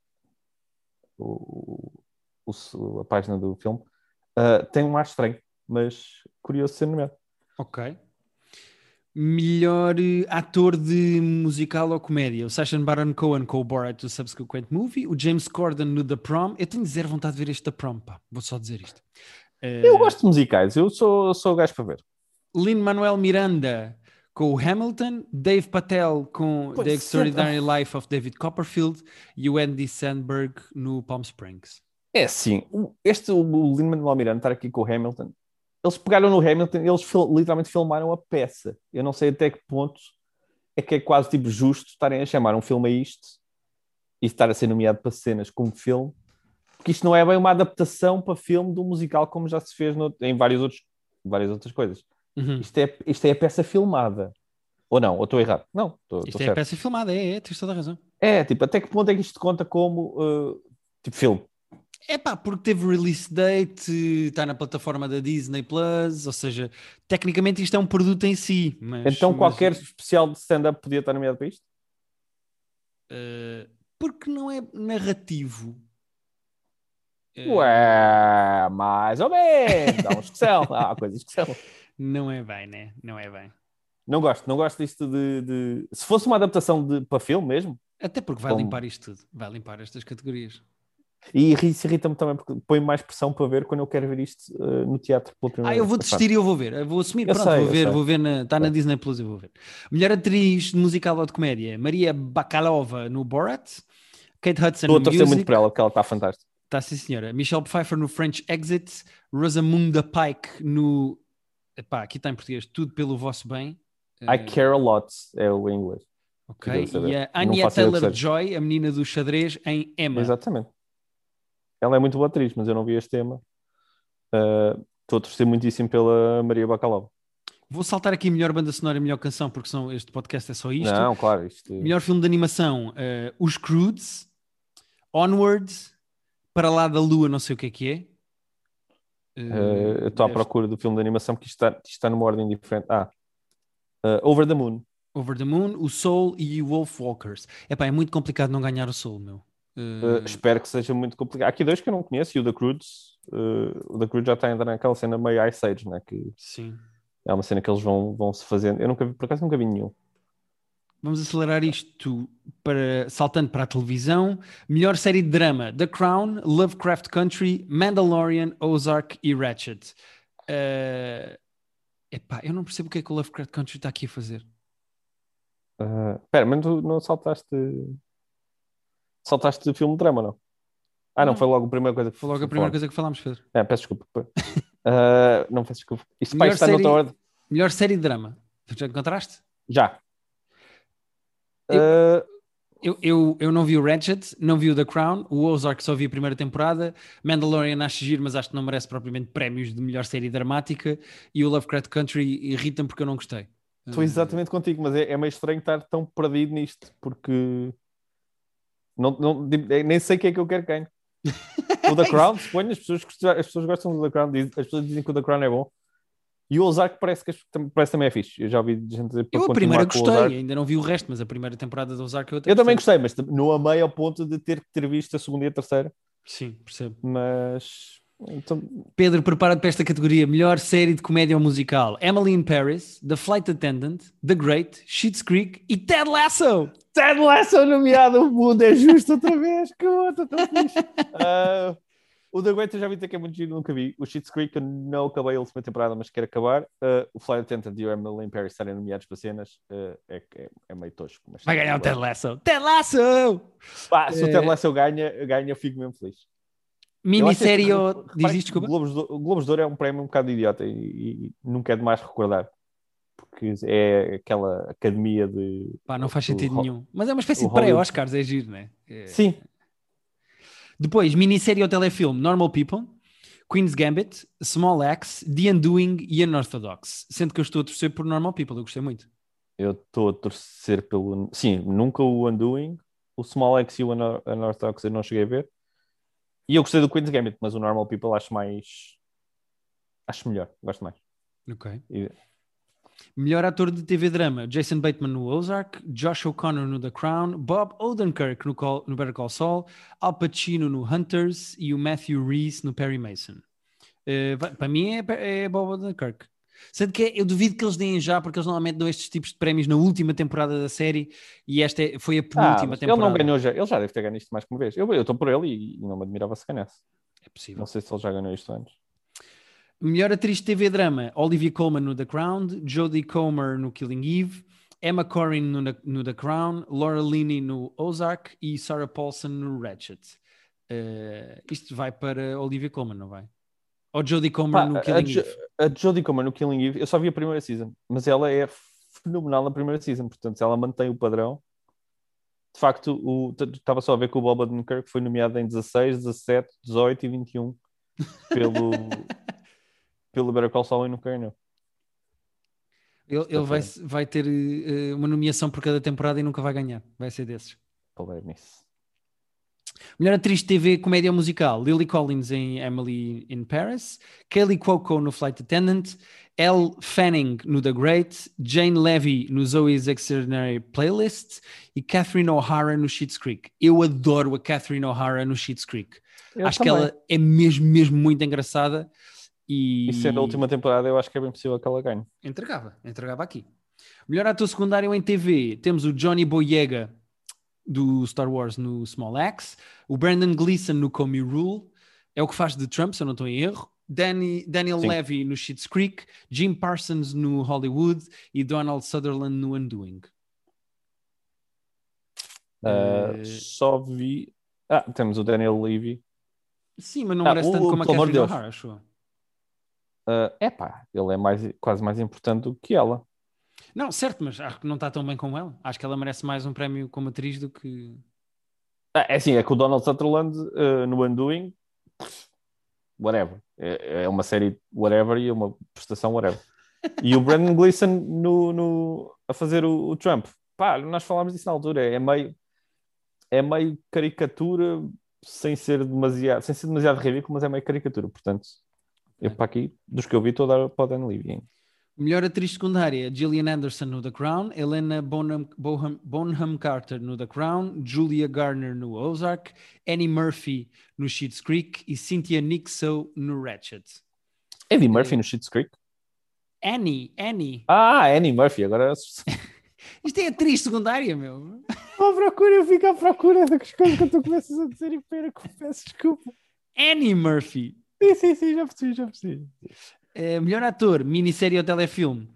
[SPEAKER 2] o, o- a página do filme. Uh, tem um ar estranho, mas curioso de ser nomeado.
[SPEAKER 1] Ok. Melhor eh, ator de musical ou comédia. O Sacha Baron Cohen com o Borat do Subsequent Movie. O James Corden no The Prom. Eu tenho zero vontade de ver este The Prom, pá. Vou só dizer isto. Eh,
[SPEAKER 2] Eu gosto de musicais, eu sou, sou o gajo para ver.
[SPEAKER 1] Lin-Manuel Miranda com o Hamilton. Dave Patel com
[SPEAKER 2] Pois,
[SPEAKER 1] The Extraordinary
[SPEAKER 2] sempre-
[SPEAKER 1] Life of David Copperfield. E o Andy Samberg no Palm Springs.
[SPEAKER 2] É assim, o- este, o Lin-Manuel Miranda estar aqui com o Hamilton, eles pegaram no Hamilton, eles fil- literalmente filmaram a peça. Eu não sei até que ponto é que é quase tipo justo estarem a chamar um filme a isto e estar a ser nomeado para cenas como filme, porque isto não é bem uma adaptação para filme do musical como já se fez no, em vários outros, várias outras coisas.
[SPEAKER 1] Uhum.
[SPEAKER 2] Isto, é, isto é a peça filmada. Ou não? Ou estou errado? Não, estou
[SPEAKER 1] Isto é a
[SPEAKER 2] certo.
[SPEAKER 1] peça filmada, é, é, tens toda a razão.
[SPEAKER 2] É, tipo, até que ponto é que isto conta como uh, tipo filme?
[SPEAKER 1] É pá, porque teve release date, está na plataforma da Disney Plus, ou seja, tecnicamente isto é um produto em si, mas,
[SPEAKER 2] Então
[SPEAKER 1] mas
[SPEAKER 2] qualquer especial de stand-up podia estar nomeado para isto?
[SPEAKER 1] uh, porque não é narrativo. Uh,
[SPEAKER 2] Ué, mais ou menos. Há uns que são, há coisas que são.
[SPEAKER 1] não é bem, né? Não é bem.
[SPEAKER 2] Não gosto, não gosto disto de, de... Se fosse uma adaptação de, para filme mesmo,
[SPEAKER 1] Até porque vai
[SPEAKER 2] como...
[SPEAKER 1] limpar isto tudo, vai limpar estas categorias.
[SPEAKER 2] E isso irrita-me também, porque põe mais pressão para ver quando eu quero ver isto uh, no teatro pela primeira
[SPEAKER 1] Ah, eu
[SPEAKER 2] vez.
[SPEAKER 1] vou
[SPEAKER 2] Mas,
[SPEAKER 1] desistir
[SPEAKER 2] pronto.
[SPEAKER 1] e eu vou ver. Eu vou assumir,
[SPEAKER 2] Eu
[SPEAKER 1] pronto,
[SPEAKER 2] sei,
[SPEAKER 1] vou
[SPEAKER 2] eu
[SPEAKER 1] ver,
[SPEAKER 2] sei.
[SPEAKER 1] vou ver, na, está na
[SPEAKER 2] É.
[SPEAKER 1] Disney Plus, eu vou ver. Melhor atriz de musical ou de comédia, Maria Bakalova no Borat, Kate Hudson
[SPEAKER 2] Estou
[SPEAKER 1] no
[SPEAKER 2] a torcer muito
[SPEAKER 1] Music,
[SPEAKER 2] por ela, porque ela está fantástica.
[SPEAKER 1] está sim senhora, Michelle Pfeiffer no French Exit, Rosamunda Pike no, epá, aqui está em português, Tudo pelo Vosso Bem.
[SPEAKER 2] I
[SPEAKER 1] Uh,
[SPEAKER 2] care a lot, é o inglês.
[SPEAKER 1] ok,
[SPEAKER 2] Saber.
[SPEAKER 1] e a
[SPEAKER 2] Não
[SPEAKER 1] Anya
[SPEAKER 2] faço ideia do que seja.
[SPEAKER 1] Taylor-Joy, a menina do xadrez, em Emma.
[SPEAKER 2] Exatamente. Ela é muito boa atriz, mas eu não vi este tema. Uh, Estou a torcer muitíssimo pela Maria Bakalova.
[SPEAKER 1] Vou saltar aqui melhor banda sonora e melhor canção, porque são, este podcast é só isto.
[SPEAKER 2] Não, claro. Isto...
[SPEAKER 1] Melhor filme de animação, uh, Os Croods, Onward, Para Lá da Lua, não sei o que é que é.
[SPEAKER 2] Uh, eu estou à
[SPEAKER 1] deve...
[SPEAKER 2] procura do filme de animação, porque isto está, isto está numa ordem diferente. Ah, uh, Over the Moon.
[SPEAKER 1] Over the Moon, o Soul e o Wolf Walkers. Epá, é muito complicado não ganhar o Soul, meu.
[SPEAKER 2] Uh,
[SPEAKER 1] Uh...
[SPEAKER 2] espero que seja muito complicado. Há aqui dois que eu não conheço, e o The Croods, uh, o The Croods já está ainda naquela cena meio Ice Age, né? Que
[SPEAKER 1] Sim.
[SPEAKER 2] é uma cena que eles vão, vão se fazendo. Eu nunca vi, por acaso nunca vi nenhum.
[SPEAKER 1] Vamos acelerar isto para, saltando para a televisão. Melhor série de drama: The Crown, Lovecraft Country, Mandalorian, Ozark e Ratched. Uh... Epá, eu não percebo o que é que o Lovecraft Country está aqui a fazer.
[SPEAKER 2] Espera, uh, mas tu não saltaste saltaste filme de drama, não? Ah, não,
[SPEAKER 1] não
[SPEAKER 2] foi logo a primeira coisa que
[SPEAKER 1] Foi logo a primeira coisa que falámos, Pedro.
[SPEAKER 2] É, peço desculpa. Uh, não, peço desculpa. Isto vai estar noutra ordem.
[SPEAKER 1] Melhor série de drama. Tu já encontraste?
[SPEAKER 2] Já.
[SPEAKER 1] Eu,
[SPEAKER 2] uh...
[SPEAKER 1] eu, eu, eu não vi o Ratched, não vi o The Crown, o Ozark só vi a primeira temporada, Mandalorian acho giro, mas acho que não merece propriamente prémios de melhor série dramática, e o Lovecraft Country irrita-me porque eu não gostei.
[SPEAKER 2] Estou exatamente contigo, mas é, é meio estranho estar tão perdido nisto, porque não, não, nem sei o que é que eu quero que ganhe. O The Crown, suponho, as pessoas, as pessoas gostam do The Crown, as pessoas dizem que o The Crown é bom. E o Ozark parece que parece também é fixe. Eu já ouvi gente dizer para
[SPEAKER 1] eu a
[SPEAKER 2] continuar
[SPEAKER 1] primeira
[SPEAKER 2] com o
[SPEAKER 1] gostei,
[SPEAKER 2] Ozark.
[SPEAKER 1] ainda não vi o resto, mas a primeira temporada do Ozark eu,
[SPEAKER 2] eu
[SPEAKER 1] gostei.
[SPEAKER 2] também gostei, mas não amei ao ponto de ter que ter visto a segunda e a terceira.
[SPEAKER 1] Sim, percebo.
[SPEAKER 2] Mas... Então...
[SPEAKER 1] Pedro, prepara-te para esta categoria. Melhor série de comédia ou musical: Emily in Paris, The Flight Attendant, The Great, Schitt's Creek e Ted Lasso.
[SPEAKER 2] Ted Lasso nomeado, o mundo é justo outra vez. Que outra, tão fixe. Uh, o The Great eu já vi dizer que é muito giro, nunca vi. O Schitt's Creek eu não acabei a última temporada, mas quero acabar. Uh, o Flight Attendant e o Emily in Paris estarem nomeados para cenas uh, é, é, é meio tosco. Mas
[SPEAKER 1] vai ganhar o Ted Lasso. Ted Lasso!
[SPEAKER 2] Pá, se é... o Ted Lasso ganha, ganha, eu fico mesmo feliz.
[SPEAKER 1] Minissérie ou... Diz isto, desculpa.
[SPEAKER 2] O Globos, do, o Globos de Ouro é um prémio um bocado idiota e, e nunca é demais recordar. Porque é aquela academia de...
[SPEAKER 1] Pá, não faz
[SPEAKER 2] do,
[SPEAKER 1] sentido
[SPEAKER 2] do,
[SPEAKER 1] nenhum. Mas é uma espécie de pré-Oscars, é giro, não é? é?
[SPEAKER 2] Sim.
[SPEAKER 1] Depois, minissérie ou telefilme: Normal People, Queen's Gambit, Small Axe, The Undoing e Unorthodox. Sendo que eu estou a torcer por Normal People, eu gostei muito.
[SPEAKER 2] Eu estou a torcer pelo... Sim, nunca o Undoing. O Small Axe e o Unorthodox eu não cheguei a ver. E eu gostei do Queen's Gambit, mas o Normal People acho mais... Acho melhor, gosto mais.
[SPEAKER 1] Ok.
[SPEAKER 2] E...
[SPEAKER 1] Melhor ator de T V drama: Jason Bateman no Ozark, Josh O'Connor no The Crown, Bob Odenkirk no, Call, no Better Call Saul, Al Pacino no Hunters e o Matthew Rhys no Perry Mason. Uh, para mim é, é Bob Odenkirk. Sendo que eu duvido que eles deem já, porque eles normalmente dão estes tipos de prémios na última temporada da série e esta é, foi a penúltima
[SPEAKER 2] ah,
[SPEAKER 1] temporada.
[SPEAKER 2] Ele não ganhou já, ele já deve ter ganho isto mais que uma vez. Eu estou por ele e, e não me admirava se ganhasse.
[SPEAKER 1] É possível.
[SPEAKER 2] Não sei se ele já ganhou isto antes.
[SPEAKER 1] Melhor atriz de T V drama: Olivia Colman no The Crown, Jodie Comer no Killing Eve, Emma Corrin no, no The Crown, Laura Linney no Ozark e Sarah Paulson no Ratched. Uh, isto vai para Olivia Colman, não vai? Ou Jodie Comer
[SPEAKER 2] Pá,
[SPEAKER 1] no Killing
[SPEAKER 2] a,
[SPEAKER 1] Eve?
[SPEAKER 2] A Jodie Comer no Killing Eve, eu só vi a primeira season, mas ela é fenomenal na primeira season, portanto, se ela mantém o padrão, de facto, o, estava só a ver que o Bob Odenkirk foi nomeado em dezasseis, dezassete, dezoito e vinte e um pelo, pelo Better Call Saul e nunca ganhou.
[SPEAKER 1] Ele, ele vai, vai ter uh, uma nomeação por cada temporada e nunca vai ganhar. Vai ser desses.
[SPEAKER 2] Falei nisso.
[SPEAKER 1] Melhor atriz de T V, comédia musical, Lily Collins em Emily in Paris, Kaylee Cuoco no Flight Attendant, Elle Fanning no The Great, Jane Levy no Zoe's Extraordinary Playlist e Catherine O'Hara no Schitt's Creek. Eu adoro a Catherine O'Hara no Schitt's Creek.
[SPEAKER 2] Eu
[SPEAKER 1] acho
[SPEAKER 2] também.
[SPEAKER 1] que ela é mesmo, mesmo muito engraçada. E...
[SPEAKER 2] e sendo a última temporada, eu acho que é bem possível que ela ganhe.
[SPEAKER 1] Entregava, entregava aqui. Melhor ator secundário em T V, temos o Johnny Boyega do Star Wars no Small Axe, o Brandon Gleeson no Comey Rule, é o que faz de Trump, se eu não estou em erro, Danny, Daniel
[SPEAKER 2] Sim.
[SPEAKER 1] Levy no Schitt's Creek, Jim Parsons no Hollywood e Donald Sutherland no Undoing.
[SPEAKER 2] Uh,
[SPEAKER 1] Uh...
[SPEAKER 2] Só vi... Ah, temos o Daniel Levy.
[SPEAKER 1] Sim, mas não
[SPEAKER 2] ah,
[SPEAKER 1] merece
[SPEAKER 2] o,
[SPEAKER 1] tanto como a
[SPEAKER 2] pelo amor
[SPEAKER 1] Catherine
[SPEAKER 2] de Deus.
[SPEAKER 1] O'Hara, acho.
[SPEAKER 2] Uh, epá, ele é mais, quase mais importante do que ela.
[SPEAKER 1] Não, certo, mas acho que não está tão bem como ela. Acho que ela merece mais um prémio como atriz do que...
[SPEAKER 2] Ah, é assim, é que o Donald Sutherland uh, no Undoing, whatever. É, é uma série whatever e é uma prestação whatever. E o Brandon Gleeson no, no, a fazer o, o Trump. Pá, nós falámos disso na altura. É meio, é meio caricatura sem ser demasiado, sem ser demasiado ridículo, mas é meio caricatura. Portanto, eu para aqui, dos que eu vi, estou a dar para o Dan Levy ainda.
[SPEAKER 1] Melhor atriz secundária, Gillian Anderson no The Crown, Helena Bonham, Bonham, Bonham Carter no The Crown, Julia Garner no Ozark, Annie Murphy no Schitt's Creek e Cynthia Nixon no Ratched.
[SPEAKER 2] Eddie Murphy no Schitt's Creek?
[SPEAKER 1] Annie, Annie.
[SPEAKER 2] Ah, Annie Murphy, agora...
[SPEAKER 1] Isto é atriz secundária, meu.
[SPEAKER 2] À procura, eu fico à procura das coisas que tu começas a dizer e pera, peço desculpa.
[SPEAKER 1] Annie Murphy.
[SPEAKER 2] Sim, sim, sim, já percebi, já percebi.
[SPEAKER 1] Uh, melhor ator, minissérie ou telefilme.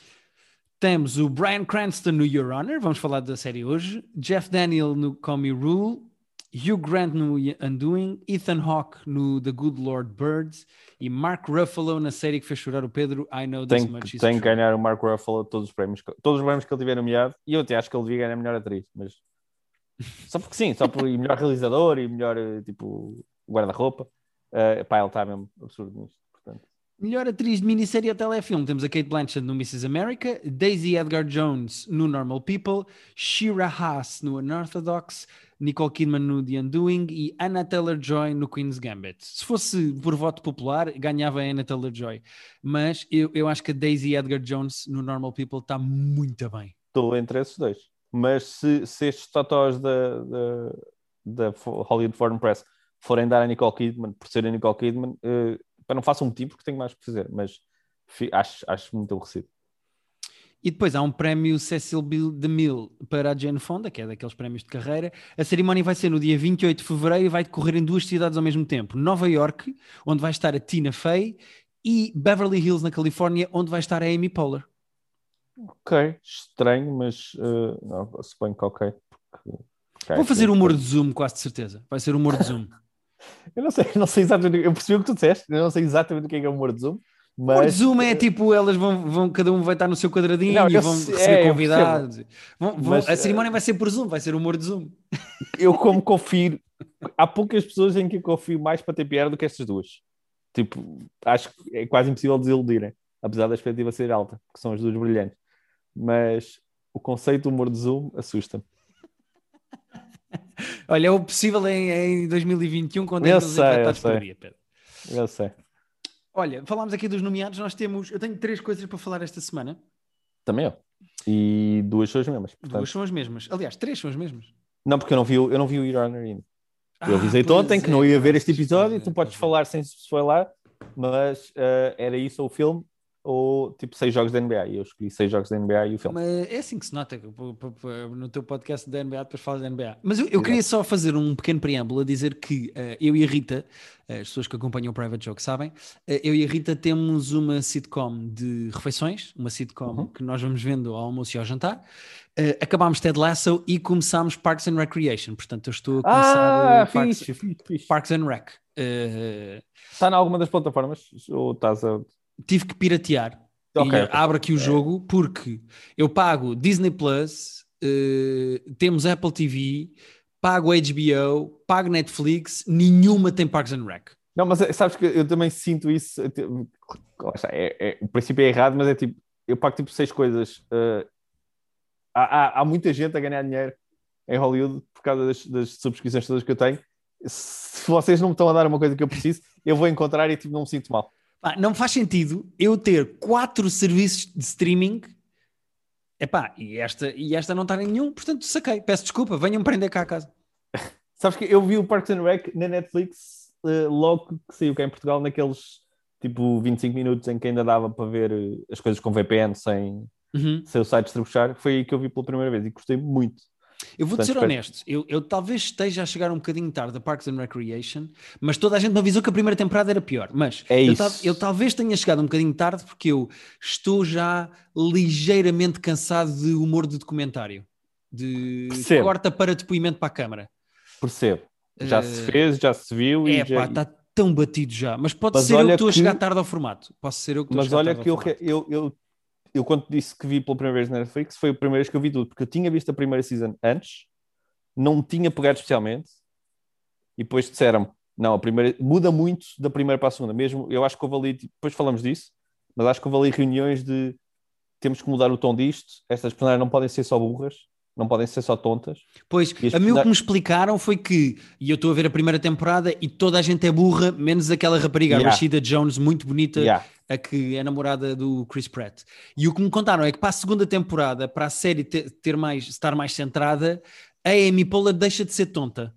[SPEAKER 1] Temos o Bryan Cranston no Your Honor, vamos falar da série hoje. Jeff Daniel no Comey Rule. Hugh Grant no Undoing. Ethan Hawke no The Good Lord Birds. E Mark Ruffalo na série que fez chorar o Pedro, I Know This
[SPEAKER 2] Tem,
[SPEAKER 1] Much Is
[SPEAKER 2] tem
[SPEAKER 1] True.
[SPEAKER 2] que ganhar o Mark Ruffalo todos os prémios, todos os prémios que ele tiver nomeado. E eu até acho que ele devia ganhar a melhor atriz, mas só porque sim, só por melhor realizador e melhor tipo guarda-roupa. Uh, pá, ele está mesmo absurdo nisto, portanto.
[SPEAKER 1] Melhor atriz de minissérie ou telefilme. Temos a Kate Blanchett no Missus America, Daisy Edgar Jones no Normal People, Shira Haas no Unorthodox, Nicole Kidman no The Undoing e Anna Taylor-Joy no Queen's Gambit. Se fosse por voto popular, ganhava a Anna Taylor-Joy. Mas eu, eu acho que a Daisy Edgar Jones no Normal People está muito bem.
[SPEAKER 2] Estou entre esses dois. Mas se, se estes totós da, da, da Hollywood Foreign Press forem dar a Nicole Kidman, por ser a Nicole Kidman, uh, para não façam um motivo, porque tenho mais que fazer, mas fi, acho, acho muito aborrecido.
[SPEAKER 1] E depois há um prémio Cecil B. DeMille para a Jane Fonda, que é daqueles prémios de carreira. A cerimónia vai ser no dia vinte e oito de fevereiro e vai decorrer em duas cidades ao mesmo tempo. Nova York, onde vai estar a Tina Fey, e Beverly Hills, na Califórnia, onde vai estar a Amy Poehler.
[SPEAKER 2] Ok, estranho, mas uh, não, suponho que ok. Porque, okay
[SPEAKER 1] Vou fazer humor de Zoom, quase de certeza. Vai ser humor de Zoom.
[SPEAKER 2] Eu não sei, não sei exatamente, eu percebi o que tu disseste, eu não sei exatamente o que é, que é o humor de Zoom. Mas...
[SPEAKER 1] Humor de Zoom é tipo, elas vão, vão, cada um vai estar no seu quadradinho não, e vão sei, receber é, convidados. Vão, vão, mas, a cerimónia vai ser por Zoom, vai ser humor de Zoom.
[SPEAKER 2] Eu como confio, há poucas pessoas em que eu confio mais para ter piada do que estas duas. Tipo, acho que é quase impossível desiludirem, apesar da expectativa ser alta, porque são as duas brilhantes. Mas o conceito do humor de Zoom assusta-me.
[SPEAKER 1] Olha, é o possível em, em dois mil e vinte e um, quando
[SPEAKER 2] eu
[SPEAKER 1] é que
[SPEAKER 2] sei,
[SPEAKER 1] infectados por dia, Pedro.
[SPEAKER 2] Eu sei.
[SPEAKER 1] Olha, falámos aqui dos nomeados, nós temos, eu tenho três coisas para falar esta semana.
[SPEAKER 2] Também eu. E duas são as mesmas.
[SPEAKER 1] Portanto... Duas são as mesmas. Aliás, três são as mesmas.
[SPEAKER 2] Não, porque eu não vi, eu não vi o Your Honor ainda.
[SPEAKER 1] Ah,
[SPEAKER 2] eu avisei-te ontem que
[SPEAKER 1] é,
[SPEAKER 2] não ia ver este episódio,
[SPEAKER 1] é,
[SPEAKER 2] tu podes falar é. sem se foi lá, mas uh, era isso ou o filme, ou tipo seis jogos da N B A. E eu escolhi seis jogos da N B A e o filme.
[SPEAKER 1] Mas é assim que se nota, no teu podcast da N B A depois falas da N B A. Mas eu, eu queria só fazer um pequeno preâmbulo a dizer que uh, eu e a Rita, uh, as pessoas que acompanham o Private Joke sabem, uh, eu e a Rita temos uma sitcom de refeições, uma sitcom uhum. que nós vamos vendo ao almoço e ao jantar. Uh, acabámos Ted Lasso e começámos Parks and Recreation. Portanto, eu estou a começar
[SPEAKER 2] ah,
[SPEAKER 1] uh, Parks,
[SPEAKER 2] fixe, fixe, fixe.
[SPEAKER 1] Parks and Rec. Uh,
[SPEAKER 2] Está em alguma das plataformas? Ou estás a...
[SPEAKER 1] Tive que piratear. Okay, e okay. Abro aqui o jogo porque eu pago Disney Plus, uh, temos Apple T V, pago H B O, pago Netflix, nenhuma tem Parks and Rec.
[SPEAKER 2] Não, mas sabes que eu também sinto isso. É, é, o princípio é errado, mas é tipo, eu pago tipo seis coisas. Uh, há, há, há muita gente a ganhar dinheiro em Hollywood por causa das, das subscrições todas que eu tenho. Se vocês não me estão a dar uma coisa que eu preciso, eu vou encontrar e tipo, não me sinto mal.
[SPEAKER 1] Ah, não faz sentido eu ter quatro serviços de streaming. Epá, e esta, e esta não está em nenhum, portanto saquei. Peço desculpa, venham prender cá a casa.
[SPEAKER 2] Sabes que eu vi o Parks and Rec na Netflix uh, logo que saiu cá em Portugal, naqueles tipo vinte e cinco minutos em que ainda dava para ver uh, as coisas com V P N sem,
[SPEAKER 1] uhum.
[SPEAKER 2] sem o site estrubuchar. Foi aí que eu vi pela primeira vez e gostei muito.
[SPEAKER 1] Eu vou-te ser honesto, eu, eu talvez esteja a chegar um bocadinho tarde a Parks and Recreation, mas toda a gente me avisou que a primeira temporada era pior. Mas
[SPEAKER 2] é
[SPEAKER 1] eu,
[SPEAKER 2] isso.
[SPEAKER 1] tal, eu talvez tenha chegado um bocadinho tarde porque eu estou já ligeiramente cansado de humor de documentário. De
[SPEAKER 2] Percebo.
[SPEAKER 1] corta para depoimento para a câmara.
[SPEAKER 2] Percebo. Já uh, se fez, já se viu.
[SPEAKER 1] É
[SPEAKER 2] e já...
[SPEAKER 1] pá, está tão batido já. Mas pode
[SPEAKER 2] mas
[SPEAKER 1] ser eu que estou
[SPEAKER 2] que...
[SPEAKER 1] a chegar tarde ao formato. Posso ser eu que estou
[SPEAKER 2] mas
[SPEAKER 1] a chegar
[SPEAKER 2] olha
[SPEAKER 1] tarde
[SPEAKER 2] que
[SPEAKER 1] ao
[SPEAKER 2] eu,
[SPEAKER 1] formato.
[SPEAKER 2] eu, eu, eu quando disse que vi pela primeira vez na Netflix, foi a primeira vez que eu vi tudo, porque eu tinha visto a primeira season antes, não tinha pegado especialmente, e depois disseram-me, não, a primeira muda muito da primeira para a segunda. Mesmo, eu acho que houve ali, depois falamos disso, mas acho que houve ali reuniões de temos que mudar o tom disto, estas personagens não podem ser só burras, não podem ser só tontas.
[SPEAKER 1] Pois, a
[SPEAKER 2] person...
[SPEAKER 1] mim o que me explicaram foi que, e eu estou a ver a primeira temporada e toda a gente é burra, menos aquela rapariga, yeah. a Rashida Jones, muito bonita, yeah. a que é namorada do Chris Pratt. E o que me contaram é que para a segunda temporada, para a série ter, ter mais, estar mais centrada, a Amy Poehler deixa de ser tonta.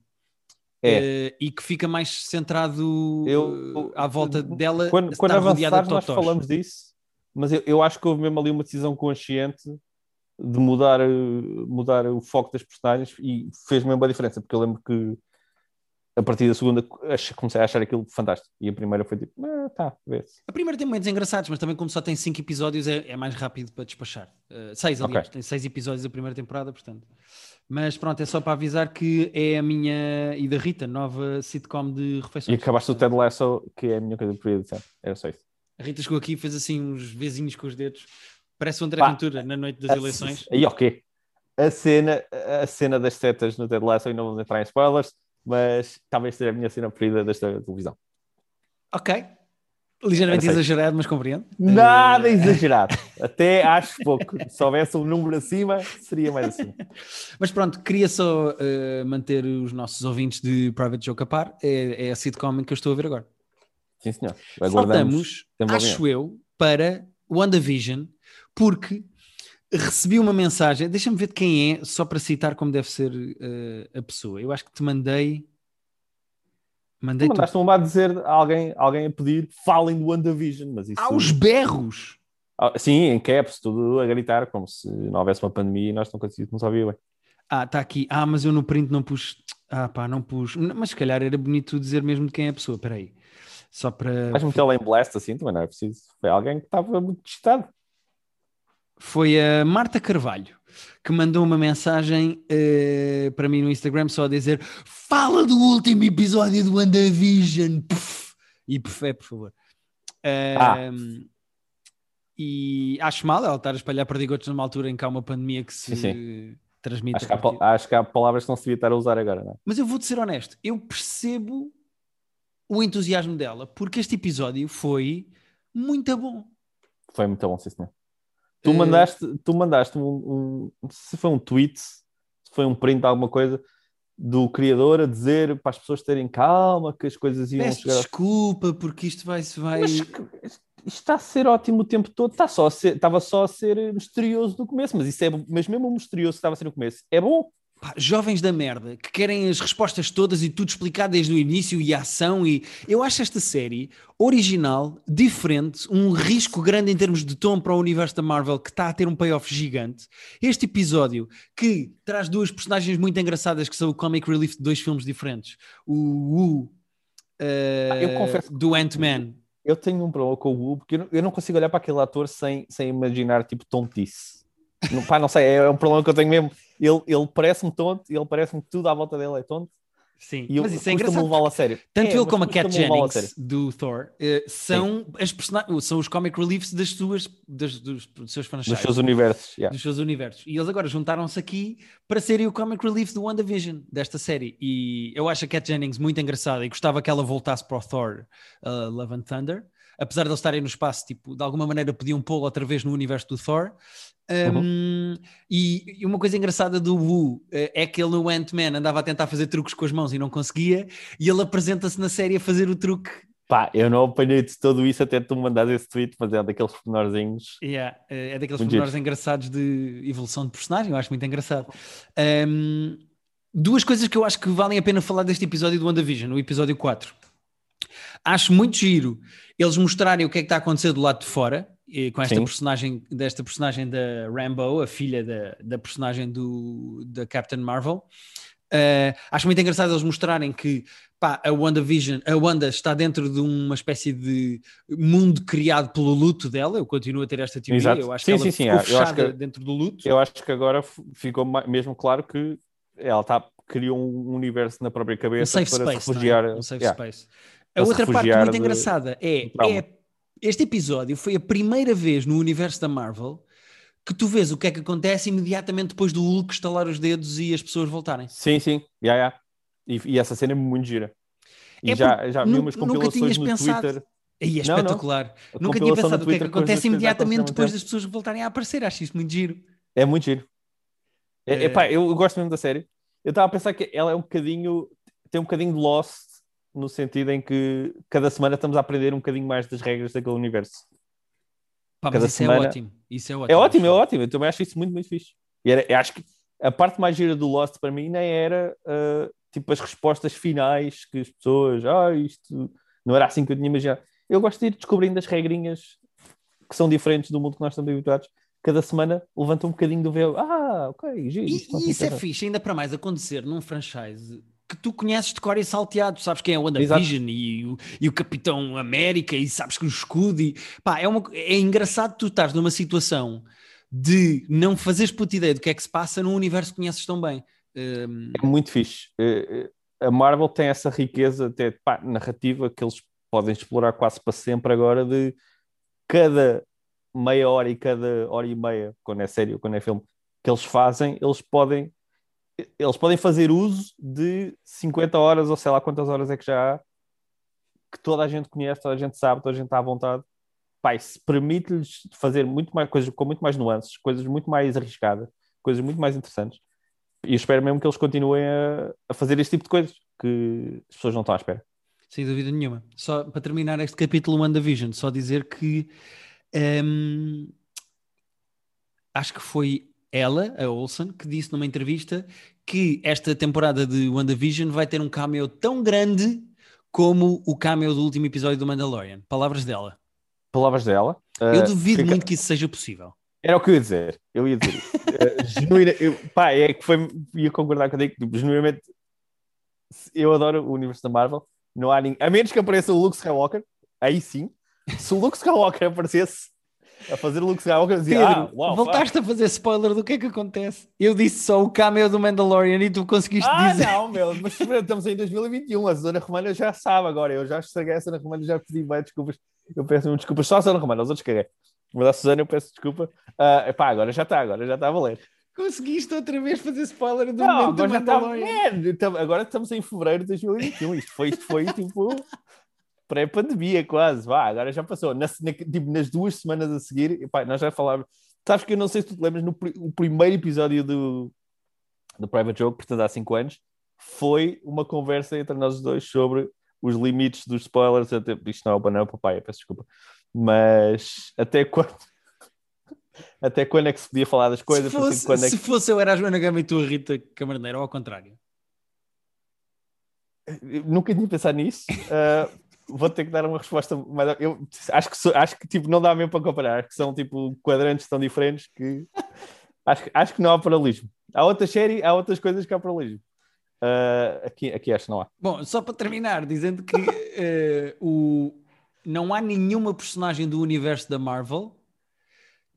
[SPEAKER 2] É.
[SPEAKER 1] Uh, e que fica mais centrado
[SPEAKER 2] eu,
[SPEAKER 1] uh, à volta dela.
[SPEAKER 2] Quando, quando avançar, nós falamos disso, mas eu, eu acho que houve mesmo ali uma decisão consciente de mudar, mudar o foco das personagens e fez mesmo a diferença, porque eu lembro que a partir da segunda comecei a achar aquilo fantástico e a primeira foi tipo, ah, tá, vê-se.
[SPEAKER 1] A primeira tem momentos engraçados, mas também como só tem cinco episódios é, é mais rápido para despachar. Uh, seis, aliás, okay. Tem seis episódios da primeira temporada, portanto. Mas pronto, é só para avisar que é a minha e da Rita, nova sitcom de refeições.
[SPEAKER 2] E acabaste o Ted Lasso, que é a minha coisa preferida de sempre. Era só isso.
[SPEAKER 1] A Rita chegou aqui e fez assim uns vezinhos com os dedos. Parece o André Pá, Ventura na noite das
[SPEAKER 2] a,
[SPEAKER 1] eleições.
[SPEAKER 2] E ok. A cena, a cena das setas no Ted Lasso, e não vamos entrar em spoilers, mas talvez seja a minha cena preferida desta televisão.
[SPEAKER 1] Ok. Ligeiramente exagerado, mas compreendo.
[SPEAKER 2] Nada exagerado. Até acho pouco. Se houvesse um número acima, seria mais assim.
[SPEAKER 1] Mas pronto, queria só uh, manter os nossos ouvintes de Private Joke a par. É, é a sitcom que eu estou a ver agora.
[SPEAKER 2] Sim, senhor.
[SPEAKER 1] Faltamos, acho eu, para WandaVision, porque recebi uma mensagem. Deixa-me ver de quem é, só para citar como deve ser uh, a pessoa. Eu acho que te mandei... Mandei
[SPEAKER 2] tu mandaste-me a dizer alguém, alguém a pedir falem do WandaVision, mas isso...
[SPEAKER 1] Aos berros!
[SPEAKER 2] Ah, sim, em caps, tudo a gritar, como se não houvesse uma pandemia e nós não conseguíamos, não sabia bem.
[SPEAKER 1] Ah, está aqui. Ah, mas eu no print não pus... Ah pá, não pus... Mas se calhar era bonito dizer mesmo de quem é a pessoa. Espera aí. Só para...
[SPEAKER 2] Vais metê-la em blast assim, também não é preciso. Foi alguém que estava muito distante.
[SPEAKER 1] Foi a Marta Carvalho que mandou uma mensagem uh, para mim no Instagram só a dizer fala do último episódio do WandaVision. Puff. E puff, é, por favor. Uh, ah. E acho mal ela estar a espalhar perdigotos numa altura em que há uma pandemia que se sim, sim. transmite.
[SPEAKER 2] Acho que, há, acho que há palavras que não se devia estar a usar agora, não é?
[SPEAKER 1] Mas eu vou-te ser honesto, eu percebo o entusiasmo dela, porque este episódio foi muito bom.
[SPEAKER 2] Foi muito bom, sim, senhor. Tu mandaste, tu mandaste um, um, se foi um tweet, se foi um print de alguma coisa do criador a dizer para as pessoas terem calma, que as coisas iam
[SPEAKER 1] Peço
[SPEAKER 2] chegar...
[SPEAKER 1] desculpa, porque isto vai... Se vai...
[SPEAKER 2] Mas isto está a ser ótimo o tempo todo, está só a ser, estava só a ser misterioso no começo, mas isso é, mas mesmo o misterioso que estava a ser no começo, é bom.
[SPEAKER 1] Pá, jovens da merda, que querem as respostas todas e tudo explicado desde o início e a ação e... Eu acho esta série original, diferente, um risco grande em termos de tom para o universo da Marvel, que está a ter um payoff gigante. Este episódio, que traz duas personagens muito engraçadas, que são o comic relief de dois filmes diferentes. O Wu, uh,
[SPEAKER 2] ah, eu confesso
[SPEAKER 1] do Ant-Man.
[SPEAKER 2] Eu tenho um problema com o Wu, porque eu não, eu não consigo olhar para aquele ator sem, sem imaginar, tipo, tontice. Não, pá, não sei, é um problema que eu tenho mesmo. Ele, ele parece-me tonto, ele parece-me que tudo à volta dele é tonto.
[SPEAKER 1] Sim,
[SPEAKER 2] E eu,
[SPEAKER 1] mas isso é
[SPEAKER 2] custa-me
[SPEAKER 1] engraçado.
[SPEAKER 2] levá-lo a sério.
[SPEAKER 1] Tanto
[SPEAKER 2] É,
[SPEAKER 1] ele
[SPEAKER 2] mas
[SPEAKER 1] como a Kat
[SPEAKER 2] custa-me levá-lo a
[SPEAKER 1] Jennings
[SPEAKER 2] sério.
[SPEAKER 1] do Thor eh, são, as persona- são os comic reliefs das suas, das, dos, dos seus
[SPEAKER 2] Dos
[SPEAKER 1] franchises,
[SPEAKER 2] seus universos. Yeah.
[SPEAKER 1] dos seus universos. E eles agora juntaram-se aqui para serem o comic relief do WandaVision, desta série. E eu acho a Kat Jennings muito engraçada e gostava que ela voltasse para o Thor uh, Love and Thunder. Apesar de eles estarem no espaço, tipo, de alguma maneira podiam pô-lo outra vez no universo do Thor. Um,
[SPEAKER 2] Uhum.
[SPEAKER 1] e, e uma coisa engraçada do Wu uh, é que ele no Ant-Man andava a tentar fazer truques com as mãos e não conseguia, e ele apresenta-se na série a fazer o truque.
[SPEAKER 2] Pá, eu não apanhei de todo isso até tu me mandares esse tweet, mas é daqueles pormenorzinhos.
[SPEAKER 1] Yeah, uh, é daqueles
[SPEAKER 2] Muito
[SPEAKER 1] pormenores
[SPEAKER 2] giros.
[SPEAKER 1] engraçados de evolução de personagem, eu acho muito engraçado. Um, duas coisas que eu acho que valem a pena falar deste episódio do WandaVision, o episódio quatro. Acho muito giro eles mostrarem o que é que está a acontecer do lado de fora, e com esta
[SPEAKER 2] Sim.
[SPEAKER 1] personagem, desta personagem da Rambeau, a filha da, da personagem do, da Captain Marvel. Uh, acho muito engraçado eles mostrarem que pá, a WandaVision, a Wanda está dentro de uma espécie de mundo criado pelo luto dela. Eu continuo a ter esta teoria.
[SPEAKER 2] Exato.
[SPEAKER 1] Eu acho
[SPEAKER 2] Sim,
[SPEAKER 1] que ela
[SPEAKER 2] sim, sim.
[SPEAKER 1] ficou
[SPEAKER 2] Eu acho
[SPEAKER 1] fechada
[SPEAKER 2] que,
[SPEAKER 1] dentro do luto.
[SPEAKER 2] eu acho que agora f- ficou ma- mesmo claro que ela tá, criou um universo na própria
[SPEAKER 1] Um
[SPEAKER 2] cabeça
[SPEAKER 1] safe
[SPEAKER 2] para se
[SPEAKER 1] space, não
[SPEAKER 2] refugiar,
[SPEAKER 1] é? Um safe
[SPEAKER 2] yeah,
[SPEAKER 1] space. A
[SPEAKER 2] para se
[SPEAKER 1] outra parte
[SPEAKER 2] refugiar
[SPEAKER 1] muito
[SPEAKER 2] de,
[SPEAKER 1] engraçada
[SPEAKER 2] do
[SPEAKER 1] é,
[SPEAKER 2] trauma.
[SPEAKER 1] é este episódio foi a primeira vez no universo da Marvel que tu vês o que é que acontece imediatamente depois do Hulk estalar os dedos e as pessoas voltarem.
[SPEAKER 2] Sim, sim. Yeah, yeah. E, e essa cena é muito gira. E
[SPEAKER 1] É porque
[SPEAKER 2] já, já vi
[SPEAKER 1] nu-
[SPEAKER 2] umas
[SPEAKER 1] nunca
[SPEAKER 2] compilações
[SPEAKER 1] tinhas
[SPEAKER 2] no
[SPEAKER 1] pensado.
[SPEAKER 2] Twitter.
[SPEAKER 1] Aí é
[SPEAKER 2] Não, não.
[SPEAKER 1] espetacular.
[SPEAKER 2] A
[SPEAKER 1] Nunca tinha
[SPEAKER 2] compilação no
[SPEAKER 1] pensado o que é que
[SPEAKER 2] Twitter com as duas
[SPEAKER 1] acontece
[SPEAKER 2] coisas a acontecer
[SPEAKER 1] imediatamente
[SPEAKER 2] ao mesmo
[SPEAKER 1] depois
[SPEAKER 2] tempo.
[SPEAKER 1] das pessoas voltarem a aparecer. Acho isso muito giro.
[SPEAKER 2] É muito giro. É, epá,
[SPEAKER 1] Eh,
[SPEAKER 2] eu, eu gosto mesmo da série. Eu estava a pensar que ela é um bocadinho, tem um bocadinho de Lost, no sentido em que cada semana estamos a aprender um bocadinho mais das regras daquele universo.
[SPEAKER 1] pá, mas
[SPEAKER 2] Cada
[SPEAKER 1] isso é
[SPEAKER 2] semana.
[SPEAKER 1] ótimo. Isso é
[SPEAKER 2] É
[SPEAKER 1] ótimo,
[SPEAKER 2] ótimo,
[SPEAKER 1] acho
[SPEAKER 2] é
[SPEAKER 1] eu.
[SPEAKER 2] ótimo. Eu também acho isso muito, muito fixe. E era, eu acho que a parte mais gira do Lost para mim nem era uh, tipo as respostas finais que as pessoas, ah, isto não era assim que eu tinha imaginado. Eu gosto de ir descobrindo as regrinhas que são diferentes do mundo que nós estamos habituados. Cada semana levanta um bocadinho do véu. Ah, ok, giro, isto não
[SPEAKER 1] E, e
[SPEAKER 2] tinha
[SPEAKER 1] isso é
[SPEAKER 2] pensado.
[SPEAKER 1] fixe, ainda para mais acontecer num franchise que tu conheces de cor e salteado, sabes quem é o
[SPEAKER 2] Exato.
[SPEAKER 1] WandaVision e o, e o Capitão América e sabes que o escudo e, pá, é, uma, é engraçado tu estás numa situação de não fazeres puta ideia do que é que se passa num universo que conheces tão bem. Um,
[SPEAKER 2] É muito fixe. Eh, eh, A Marvel tem essa riqueza até pá, narrativa que eles podem explorar quase para sempre agora de cada meia hora e cada hora e meia, quando é série ou quando é filme, que eles fazem, eles podem eles podem fazer uso de cinquenta horas ou sei lá quantas horas é que já há, que toda a gente conhece, toda a gente sabe, toda a gente está à vontade. Pai, se permite-lhes fazer muito mais coisas com muito mais nuances, coisas muito mais arriscadas, coisas muito mais interessantes. E eu espero mesmo que eles continuem a, a fazer este tipo de coisas que as pessoas não estão à espera.
[SPEAKER 1] sem dúvida nenhuma. Só para terminar este capítulo WandaVision, só dizer que um, acho que foi ela, a Olsen, que disse numa entrevista que esta temporada de WandaVision vai ter um cameo tão grande como o cameo do último episódio do Mandalorian. Palavras dela.
[SPEAKER 2] Palavras dela.
[SPEAKER 1] Eu
[SPEAKER 2] Uh,
[SPEAKER 1] duvido
[SPEAKER 2] fica...
[SPEAKER 1] muito que isso seja possível.
[SPEAKER 2] Era o que eu ia dizer. Eu ia dizer isso. Uh, genuína... eu, pá, é que foi... ia concordar contigo. Tipo, genuinamente, eu adoro o universo da Marvel. Não há ninguém... A menos que apareça o Luke Skywalker, aí sim. Se o Luke Skywalker aparecesse a fazer o Luke Skywalker, eu dizia,
[SPEAKER 1] Pedro,
[SPEAKER 2] ah, uau,
[SPEAKER 1] voltaste
[SPEAKER 2] fuck.
[SPEAKER 1] a fazer spoiler do que é que acontece. Eu disse só o cameo do Mandalorian e tu conseguiste
[SPEAKER 2] Ah,
[SPEAKER 1] dizer.
[SPEAKER 2] não, meu, mas estamos em dois mil e vinte e um, a Zona Romana já sabe agora, eu já estraguei a Zona Romana, já pedi bem desculpas, eu peço desculpas só a Zona Romana, os outros caguei. Mas a Susana eu peço desculpa. Uh, epá, agora já está, agora já está a valer.
[SPEAKER 1] Conseguiste outra vez fazer spoiler do
[SPEAKER 2] Não,
[SPEAKER 1] momento do
[SPEAKER 2] agora já está,
[SPEAKER 1] Mandalorian.
[SPEAKER 2] man, então, agora estamos em fevereiro de dois mil e vinte e um, isto foi, isto foi tipo pré-pandemia quase, vá, agora já passou. Na, na, tipo, nas duas semanas a seguir, epá, nós já falávamos, sabes que eu não sei se tu te lembras, no o primeiro episódio do, do Private Joke, portanto há cinco anos, foi uma conversa entre nós dois sobre os limites dos spoilers. Até, isto não é o banana papai, peço desculpa, mas até quando até quando é que se podia falar das coisas?
[SPEAKER 1] Se fosse,
[SPEAKER 2] quando é
[SPEAKER 1] se
[SPEAKER 2] que...
[SPEAKER 1] fosse eu era a Joana Gama e tu a Rita Camarneiro, ou ao contrário.
[SPEAKER 2] Eu nunca tinha pensado nisso. Uh, vou ter que dar uma resposta, mas eu acho que, sou, acho que tipo, não dá mesmo para comparar, acho que são tipo quadrantes tão diferentes que acho, acho que não há paralelismo. Há outras séries, há outras coisas que há paralelismo. Uh, aqui, aqui acho que não há.
[SPEAKER 1] Bom, só para terminar, dizendo que uh, o... não há nenhuma personagem do universo da Marvel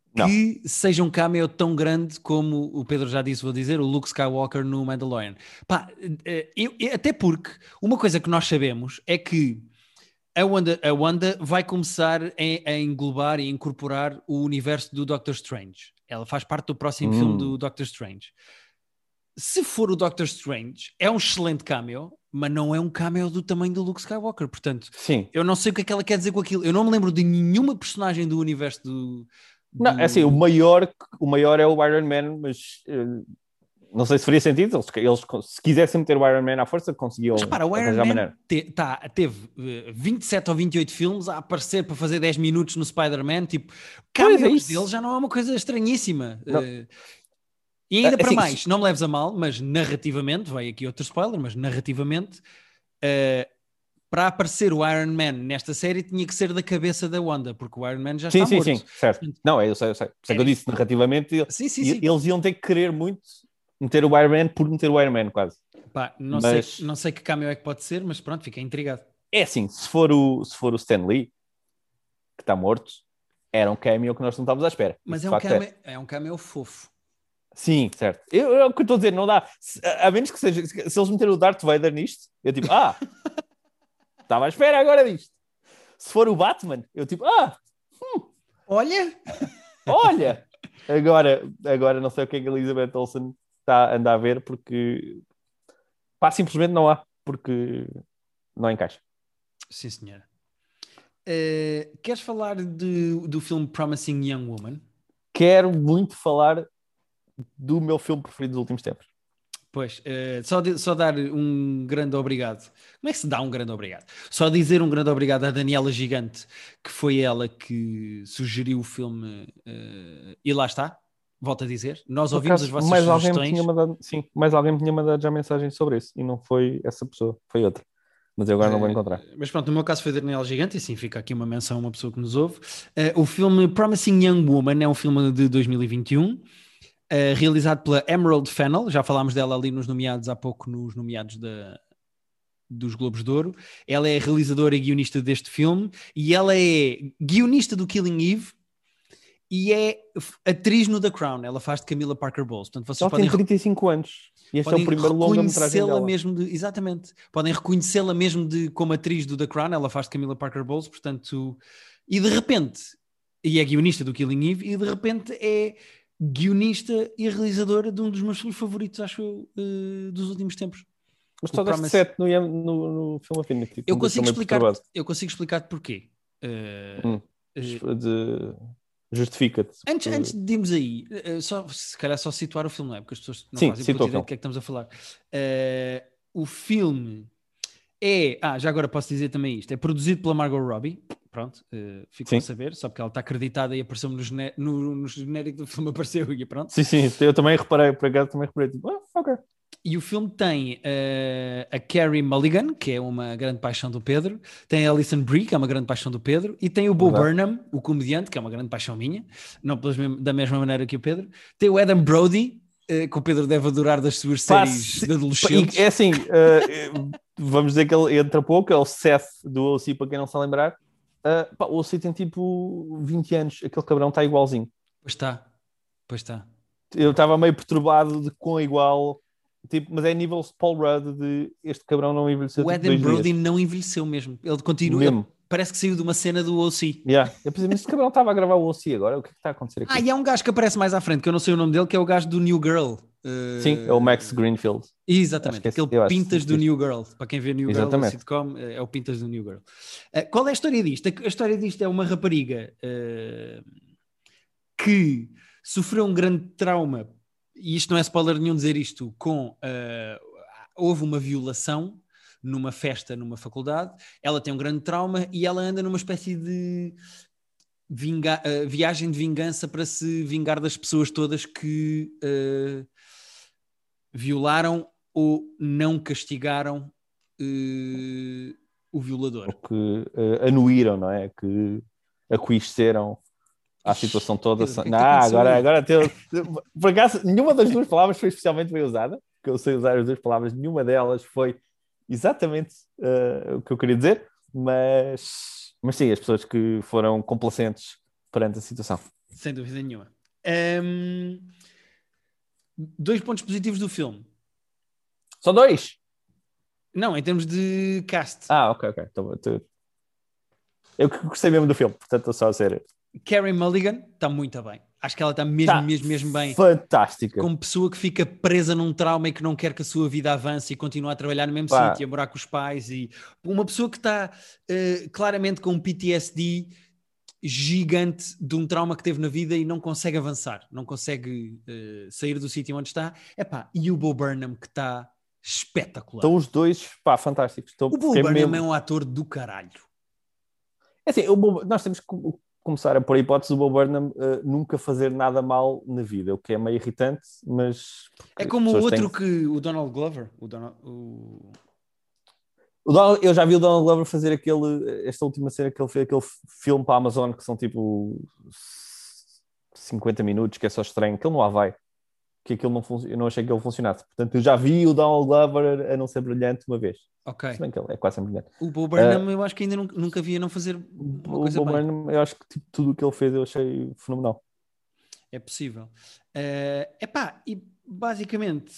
[SPEAKER 2] Não.
[SPEAKER 1] que seja um cameo tão grande como o Pedro já disse, vou dizer, o Luke Skywalker no Mandalorian. Pá, eh, eu, eu- até porque uma coisa que nós sabemos é que a Wanda, a Wanda vai começar a, a englobar e incorporar o universo do Doctor Strange. Ela faz parte do próximo filme
[SPEAKER 2] Hum.
[SPEAKER 1] do Doctor Strange. Se for o Doctor Strange, é um excelente cameo, mas não é um cameo do tamanho do Luke Skywalker. Portanto,
[SPEAKER 2] Sim.
[SPEAKER 1] eu não sei o que é que ela quer dizer com aquilo. Eu não me lembro de nenhuma personagem do universo do...
[SPEAKER 2] Não,
[SPEAKER 1] do...
[SPEAKER 2] é assim, o maior, o maior é o Iron Man, mas uh, não sei se faria sentido. Eles, eles, se quisessem meter o Iron Man à força, conseguiam
[SPEAKER 1] Mas repara, o Iron
[SPEAKER 2] arranjar
[SPEAKER 1] Man
[SPEAKER 2] maneira.
[SPEAKER 1] te, tá, teve uh, vinte e sete ou vinte e oito filmes a aparecer para fazer dez minutos no Spider-Man. Tipo,
[SPEAKER 2] Pois é
[SPEAKER 1] cameos
[SPEAKER 2] isso.
[SPEAKER 1] dele já não é uma coisa estranhíssima.
[SPEAKER 2] Não.
[SPEAKER 1] Uh, e ainda
[SPEAKER 2] É
[SPEAKER 1] para
[SPEAKER 2] assim,
[SPEAKER 1] mais,
[SPEAKER 2] se-
[SPEAKER 1] não me leves a mal, mas narrativamente, vai aqui outro spoiler, mas narrativamente, uh, para aparecer o Iron Man nesta série tinha que ser da cabeça da Wanda, porque o Iron Man já
[SPEAKER 2] Sim,
[SPEAKER 1] está
[SPEAKER 2] sim,
[SPEAKER 1] morto.
[SPEAKER 2] sim, certo.
[SPEAKER 1] Portanto,
[SPEAKER 2] Não, eu sei, eu sei. Por isso é que eu
[SPEAKER 1] era-
[SPEAKER 2] disse, narrativamente,
[SPEAKER 1] sim, sim,
[SPEAKER 2] e-
[SPEAKER 1] sim.
[SPEAKER 2] eles iam ter que querer muito meter o Iron Man por meter o Iron Man, quase.
[SPEAKER 1] Pá, não, sei,
[SPEAKER 2] Mas
[SPEAKER 1] não sei que cameo é que pode ser, mas pronto, fiquei intrigado.
[SPEAKER 2] é assim, se for o, se for o Stan Lee, que está morto, era um cameo que nós não estávamos à espera. Isso
[SPEAKER 1] Mas
[SPEAKER 2] de
[SPEAKER 1] é um
[SPEAKER 2] facto é.
[SPEAKER 1] cameo, é um cameo fofo.
[SPEAKER 2] Sim, certo. Eu, é o que eu estou a dizer, não dá. Se- a, a menos que seja, se eles meterem o Darth Vader nisto, eu tipo, ah, estava à espera agora disto. Se for o Batman, eu tipo, ah,
[SPEAKER 1] Olha,
[SPEAKER 2] olha. Agora, agora não sei o que é que a Elizabeth Olsen está a andar a ver, porque pá, simplesmente não há, porque não encaixa.
[SPEAKER 1] sim senhora. Uh, queres falar de, do filme Promising Young Woman?
[SPEAKER 2] Quero muito falar do meu filme preferido dos últimos tempos.
[SPEAKER 1] Pois, uh, só, de- só dar um grande obrigado. Como é que se dá um grande obrigado? Só dizer um grande obrigado à Daniela Gigante, que foi ela que sugeriu o filme. Uh, e lá está, volto a dizer. Nós
[SPEAKER 2] Por
[SPEAKER 1] ouvimos as
[SPEAKER 2] acaso,
[SPEAKER 1] vossas
[SPEAKER 2] mais alguém me
[SPEAKER 1] sugestões.
[SPEAKER 2] tinha mandado, sim, mais alguém me tinha mandado já mensagem sobre isso e não foi essa pessoa, foi outra. Mas eu agora não vou encontrar.
[SPEAKER 1] Uh, mas pronto, no meu caso foi Daniela Gigante, e sim, fica aqui uma menção a uma pessoa que nos ouve. Uh, o filme Promising Young Woman é um filme de dois mil e vinte e um. Uh, realizado pela Emerald Fennell, já falámos dela ali nos nomeados há pouco, nos nomeados da, dos Globos de Ouro. Ela é a realizadora e guionista deste filme, e ela é guionista do Killing Eve e é atriz no The Crown. Ela faz de Camilla Parker Bowles. Portanto, vocês
[SPEAKER 2] Ela
[SPEAKER 1] podem,
[SPEAKER 2] tem trinta e cinco anos e este é o
[SPEAKER 1] podem
[SPEAKER 2] primeiro longa-metragem
[SPEAKER 1] reconhecê-la
[SPEAKER 2] dela.
[SPEAKER 1] mesmo de, exatamente, podem reconhecê-la mesmo de, como atriz do The Crown. Ela faz de Camilla Parker Bowles, portanto, e de repente, e é guionista do Killing Eve, e de repente é guionista e realizadora de um dos meus filmes favoritos, acho eu, uh, dos últimos tempos.
[SPEAKER 2] Mas
[SPEAKER 1] O
[SPEAKER 2] só deste
[SPEAKER 1] Promise...
[SPEAKER 2] sete no, no, no filme Affinity.
[SPEAKER 1] Eu consigo explicar, eu consigo explicar porquê. Uh,
[SPEAKER 2] hum.
[SPEAKER 1] uh,
[SPEAKER 2] de... Justifica-te.
[SPEAKER 1] antes, antes de irmos aí, uh, só, se calhar só situar o filme, não é? Porque as pessoas não
[SPEAKER 2] Sim,
[SPEAKER 1] fazem puta ideia
[SPEAKER 2] situação.
[SPEAKER 1] do que é que estamos a falar. Uh, o filme é... Ah, já agora posso dizer também isto. É produzido pela Margot Robbie. Pronto, uh, ficou
[SPEAKER 2] sim.
[SPEAKER 1] a saber. Só porque ela está acreditada e apareceu-me no, gené no, no genérico do filme, apareceu e pronto.
[SPEAKER 2] Sim, sim. Eu também reparei, por acaso também reparei. Tipo, ah, ok.
[SPEAKER 1] E o filme tem uh, a Carey Mulligan, que é uma grande paixão do Pedro, tem a Alison Brie, que é uma grande paixão do Pedro, e tem o Bo
[SPEAKER 2] Verdade.
[SPEAKER 1] Burnham, o comediante, que é uma grande paixão minha, não pelas mesmo, da mesma maneira que o Pedro. Tem o Adam Brody, uh, que o Pedro deve adorar das suas
[SPEAKER 2] Pá,
[SPEAKER 1] séries
[SPEAKER 2] se...
[SPEAKER 1] de adolescentes.
[SPEAKER 2] É assim, uh, vamos dizer que ele entra pouco, é o Seth do O C, para quem não se lembrar. Uh, pá, o O C tem tipo vinte anos, aquele cabrão está igualzinho.
[SPEAKER 1] Pois está, pois está.
[SPEAKER 2] Eu estava meio perturbado de quão igual... Tipo, mas é nível Paul Rudd de este cabrão não envelheceu.
[SPEAKER 1] O
[SPEAKER 2] tipo,
[SPEAKER 1] Adam
[SPEAKER 2] dois
[SPEAKER 1] Brody
[SPEAKER 2] dias.
[SPEAKER 1] não envelheceu mesmo. Ele continua.
[SPEAKER 2] Mesmo.
[SPEAKER 1] Ele parece que saiu de uma cena do O C.
[SPEAKER 2] Yeah. Eu pensei, mas este cabrão estava a gravar o O C agora. O que é que está a acontecer aqui?
[SPEAKER 1] Ah, e há um gajo que aparece mais à frente, que eu não sei o nome dele, que é o gajo do New Girl. Uh...
[SPEAKER 2] Sim, é o Max Greenfield.
[SPEAKER 1] Exatamente,
[SPEAKER 2] Acho que é-
[SPEAKER 1] aquele
[SPEAKER 2] eu acho
[SPEAKER 1] Pintas
[SPEAKER 2] que
[SPEAKER 1] do
[SPEAKER 2] é-
[SPEAKER 1] New Girl. Para quem vê New Girl, o
[SPEAKER 2] Exatamente.
[SPEAKER 1] sitcom, é o Pintas do New Girl. Uh, qual é a história disto? A, a história disto é uma rapariga uh, que sofreu um grande trauma, e isto não é spoiler nenhum dizer isto, com... Uh, houve uma violação numa festa numa faculdade, ela tem um grande trauma e ela anda numa espécie de vinga- uh, viagem de vingança para se vingar das pessoas todas que uh, violaram ou não castigaram uh, o violador.
[SPEAKER 2] Ou que uh, anuíram, não é? Que aquiesceram à situação toda.
[SPEAKER 1] Pedro, o que é que
[SPEAKER 2] Não,
[SPEAKER 1] te aconteceu
[SPEAKER 2] agora,
[SPEAKER 1] aí?
[SPEAKER 2] agora teu... Por acaso, nenhuma das duas palavras foi especialmente bem usada, que eu sei usar as duas palavras, nenhuma delas foi exatamente uh, o que eu queria dizer, mas, mas sim, as pessoas que foram complacentes perante a situação.
[SPEAKER 1] Sem dúvida nenhuma. Um, dois pontos positivos do filme.
[SPEAKER 2] Só dois?
[SPEAKER 1] Não, em termos de cast.
[SPEAKER 2] Ah, ok, ok. Então, tu... Eu que gostei mesmo do filme, portanto estou só a ser...
[SPEAKER 1] Carey Mulligan está muito bem. Acho que ela está mesmo,
[SPEAKER 2] Tá
[SPEAKER 1] mesmo, mesmo bem.
[SPEAKER 2] Fantástica.
[SPEAKER 1] Como pessoa que fica presa num trauma e que não quer que a sua vida avance e continua a trabalhar no mesmo
[SPEAKER 2] Pá.
[SPEAKER 1] sítio, a morar com os pais. E uma pessoa que está uh, claramente com um P T S D gigante de um trauma que teve na vida e não consegue avançar, não consegue uh, sair do sítio onde está. Epá, e o Bo Burnham que está espetacular.
[SPEAKER 2] Estão os dois, pá, fantásticos. Estou...
[SPEAKER 1] O Bo Burnham
[SPEAKER 2] mesmo...
[SPEAKER 1] é um ator do caralho.
[SPEAKER 2] É assim, o Bo... nós temos que começar a pôr a hipótese do Bo Burnham uh, nunca fazer nada mal na vida, o que é meio irritante, mas...
[SPEAKER 1] É como o outro
[SPEAKER 2] têm...
[SPEAKER 1] que o Donald Glover. O Donald, o...
[SPEAKER 2] O Donald, eu já vi o Donald Glover fazer aquele, esta última cena que ele fez, aquele filme para a Amazon que são tipo cinquenta minutos, que é só estranho, que ele não lá vai, que aquilo não fun... eu não achei que ele funcionasse. Portanto, eu já vi o Donald Glover a não ser brilhante uma vez.
[SPEAKER 1] Ok.
[SPEAKER 2] Se bem que ele é quase sempre brilhante.
[SPEAKER 1] O Bo Burnham
[SPEAKER 2] uh,
[SPEAKER 1] eu acho que ainda nunca, nunca vi a não fazer uma
[SPEAKER 2] o
[SPEAKER 1] coisa
[SPEAKER 2] Bo
[SPEAKER 1] bem.
[SPEAKER 2] Burnham, eu acho que tipo, tudo o que ele fez eu achei fenomenal.
[SPEAKER 1] É possível. Uh, epá, e basicamente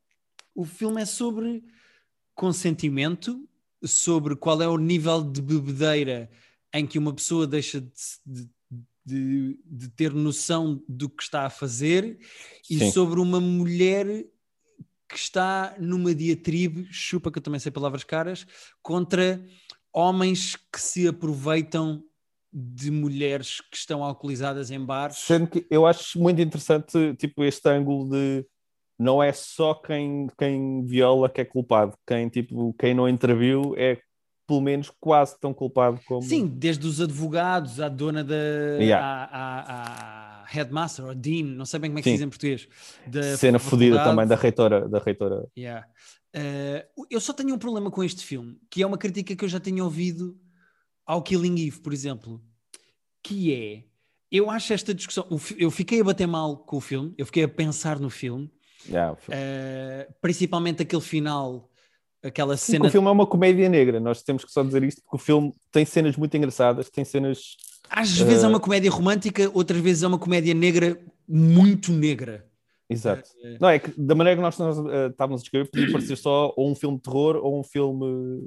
[SPEAKER 1] o filme é sobre consentimento, sobre qual é o nível de bebedeira em que uma pessoa deixa de, de, de, de ter noção do que está a fazer. Sim. E sobre uma mulher que está numa diatribe, chupa que eu também sei palavras caras, contra homens que se aproveitam de mulheres que estão alcoolizadas em bares.
[SPEAKER 2] Sendo que eu acho muito interessante tipo, este ângulo de não é só quem, quem viola que é culpado, quem, tipo, quem não interviu é pelo menos quase tão culpado como...
[SPEAKER 1] Sim, desde os advogados, à dona da...
[SPEAKER 2] Yeah.
[SPEAKER 1] À, à, à headmaster, ou dean, não sei bem como é que
[SPEAKER 2] Sim.
[SPEAKER 1] se diz em português. Da
[SPEAKER 2] cena fodida
[SPEAKER 1] faculdade.
[SPEAKER 2] também da reitora. Da reitora.
[SPEAKER 1] Yeah. Uh, eu só tenho um problema com este filme, que é uma crítica que eu já tinha ouvido ao Killing Eve, por exemplo, que é, eu acho esta discussão, eu fiquei a bater mal com o filme, eu fiquei a pensar no filme,
[SPEAKER 2] Yeah, filme.
[SPEAKER 1] Uh, principalmente aquele final, aquela
[SPEAKER 2] Sim,
[SPEAKER 1] cena...
[SPEAKER 2] o filme é uma comédia negra, nós temos que só dizer isto, porque o filme tem cenas muito engraçadas, tem cenas...
[SPEAKER 1] Às uh... vezes é uma comédia romântica, outras vezes é uma comédia negra, muito negra.
[SPEAKER 2] Exato. Uh... Não, é que da maneira que nós, nós uh, estávamos a escrever, podia parecer só ou um filme de terror ou um filme...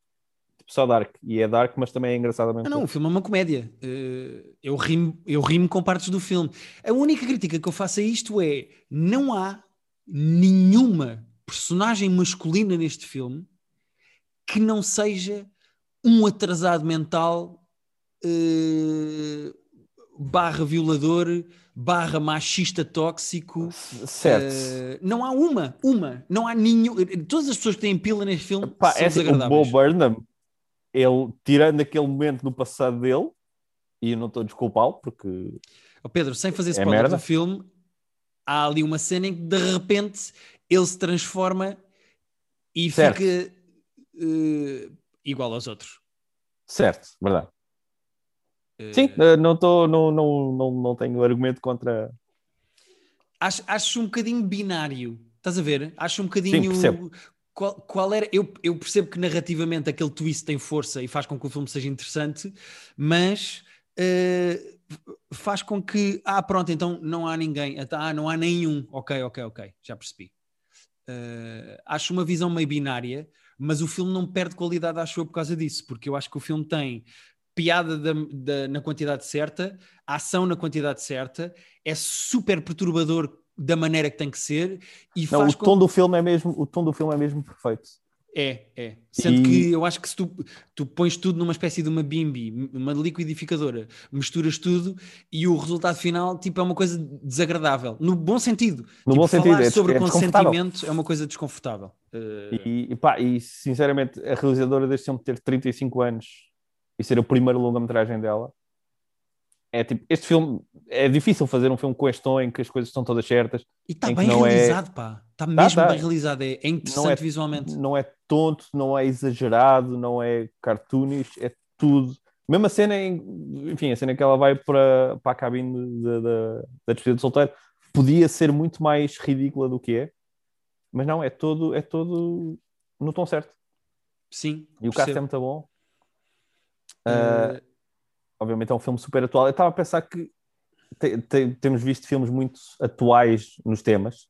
[SPEAKER 2] só dark, e é dark, mas também é engraçado mesmo.
[SPEAKER 1] Não, não, o filme é uma comédia. Uh, eu rimo, eu rimo com partes do filme. A única crítica que eu faço a isto é, não há nenhuma personagem masculina neste filme que não seja um atrasado mental, uh, barra violador, barra machista tóxico.
[SPEAKER 2] Certo.
[SPEAKER 1] Uh, não há uma, uma, não há nenhum. Todas as pessoas que têm pila neste filme
[SPEAKER 2] Pá,
[SPEAKER 1] são
[SPEAKER 2] é assim,
[SPEAKER 1] desagradáveis.
[SPEAKER 2] o Bo Burnham, ele, tirando aquele momento no passado dele, e eu não estou a desculpá-lo, porque...
[SPEAKER 1] Oh Pedro, sem fazer
[SPEAKER 2] é
[SPEAKER 1] spoiler
[SPEAKER 2] merda.
[SPEAKER 1] do filme, há ali uma cena em que de repente ele se transforma e
[SPEAKER 2] certo.
[SPEAKER 1] fica uh, igual aos outros.
[SPEAKER 2] Certo, verdade.
[SPEAKER 1] Uh...
[SPEAKER 2] Sim, não, tô, não, não, não, não tenho argumento contra...
[SPEAKER 1] Acho, acho um bocadinho binário, estás a ver? Acho um bocadinho...
[SPEAKER 2] Sim, percebo.
[SPEAKER 1] Qual, qual era... Eu, eu percebo que narrativamente aquele twist tem força e faz com que o filme seja interessante, mas... Uh... faz com que, ah pronto, então não há ninguém, ah não há nenhum, ok, ok, ok, já percebi. Uh, acho uma visão meio binária, mas o filme não perde qualidade, acho eu, por causa disso, porque eu acho que o filme tem piada da, da, na quantidade certa, ação na quantidade certa, é super perturbador da maneira que tem que ser e
[SPEAKER 2] não,
[SPEAKER 1] faz
[SPEAKER 2] o tom
[SPEAKER 1] com...
[SPEAKER 2] do filme é mesmo, o tom do filme é mesmo perfeito.
[SPEAKER 1] É, é. Sendo
[SPEAKER 2] e...
[SPEAKER 1] que eu acho que se tu, tu pões tudo numa espécie de uma bimbi, uma liquidificadora, misturas tudo e o resultado final tipo, é uma coisa desagradável. No bom sentido.
[SPEAKER 2] No
[SPEAKER 1] tipo,
[SPEAKER 2] bom sentido,
[SPEAKER 1] falar
[SPEAKER 2] é,
[SPEAKER 1] sobre
[SPEAKER 2] é
[SPEAKER 1] consentimento é uma coisa desconfortável. Uh...
[SPEAKER 2] E, e, pá, e sinceramente, a realizadora deste filme ter trinta e cinco anos e ser a primeira longa-metragem dela, é tipo, este filme, é difícil fazer um filme com este tom em que as coisas estão todas certas.
[SPEAKER 1] E está bem realizado, é... pá. Está mesmo tá, tá. bem realizado. É, é interessante
[SPEAKER 2] não é,
[SPEAKER 1] visualmente.
[SPEAKER 2] Não é tonto, não é exagerado, não é cartoonish, é tudo. Mesmo a cena, em, enfim, a cena que ela vai para, para a cabine da, da, da despedida de solteiro podia ser muito mais ridícula do que é, mas não, é todo, é todo no tom certo.
[SPEAKER 1] Sim.
[SPEAKER 2] E o cast é muito bom.
[SPEAKER 1] Uh...
[SPEAKER 2] Uh, obviamente é um filme super atual. Eu estava a pensar que te, te, temos visto filmes muito atuais nos temas,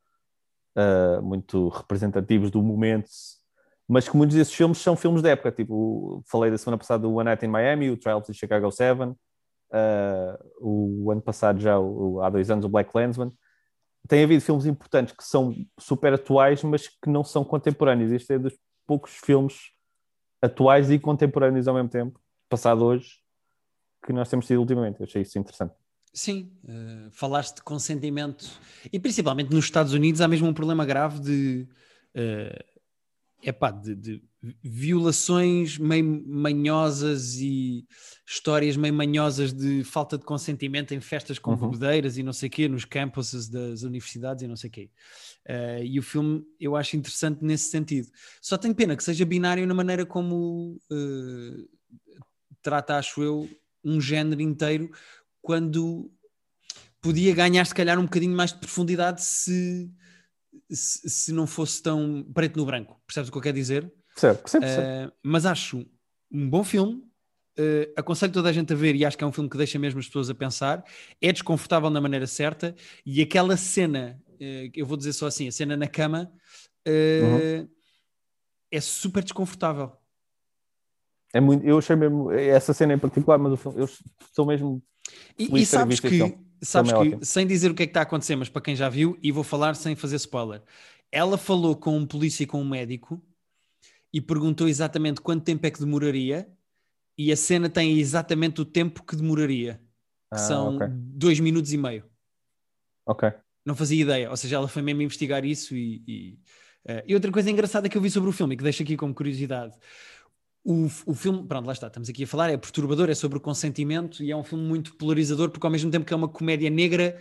[SPEAKER 2] uh, muito representativos do momento, mas que muitos desses filmes são filmes da época. Tipo, falei da semana passada do One Night in Miami, o Trials of Chicago Seven, uh, o ano passado já, o, há dois anos, o Black Klansman. Tem havido filmes importantes que são super atuais, mas que não são contemporâneos. Este é dos poucos filmes atuais e contemporâneos ao mesmo tempo, passado hoje, que nós temos tido ultimamente. Eu achei isso interessante.
[SPEAKER 1] Sim, uh, falaste de consentimento e principalmente nos Estados Unidos há mesmo um problema grave de, uh, epá, de, de violações meio manhosas e histórias meio manhosas de falta de consentimento em festas com
[SPEAKER 2] Uhum.
[SPEAKER 1] bebedeiras e não sei o quê, nos campuses das universidades e não sei o quê. Uh, e o filme eu acho interessante nesse sentido. Só tenho pena que seja binário na maneira como uh, trata, acho eu, um género inteiro, quando podia ganhar se calhar um bocadinho mais de profundidade se, se, se não fosse tão preto no branco. Percebes o que eu quero dizer?
[SPEAKER 2] Percebo, percebo, percebo.
[SPEAKER 1] Uh, mas acho um bom filme, uh, aconselho toda a gente a ver e acho que é um filme que deixa mesmo as pessoas a pensar, é desconfortável na maneira certa e aquela cena, uh, eu vou dizer só assim, a cena na cama uh,
[SPEAKER 2] Uhum.
[SPEAKER 1] é super desconfortável.
[SPEAKER 2] É muito, eu achei mesmo essa cena em particular, mas o filme, eu estou mesmo
[SPEAKER 1] E, e sabes que, sabes
[SPEAKER 2] é
[SPEAKER 1] que
[SPEAKER 2] ótimo.
[SPEAKER 1] sem dizer o que é que está a acontecer, mas para quem já viu, e vou falar sem fazer spoiler, ela falou com um polícia e com um médico e perguntou exatamente quanto tempo é que demoraria e a cena tem exatamente o tempo que demoraria, que
[SPEAKER 2] Ah,
[SPEAKER 1] são
[SPEAKER 2] ok.
[SPEAKER 1] dois minutos e meio.
[SPEAKER 2] Ok.
[SPEAKER 1] Não fazia ideia, ou seja, ela foi mesmo investigar isso e... e, uh, e outra coisa engraçada que eu vi sobre o filme e que deixo aqui como curiosidade, O, o filme, pronto, lá está, estamos aqui a falar, é perturbador, é sobre o consentimento e é um filme muito polarizador porque ao mesmo tempo que é uma comédia negra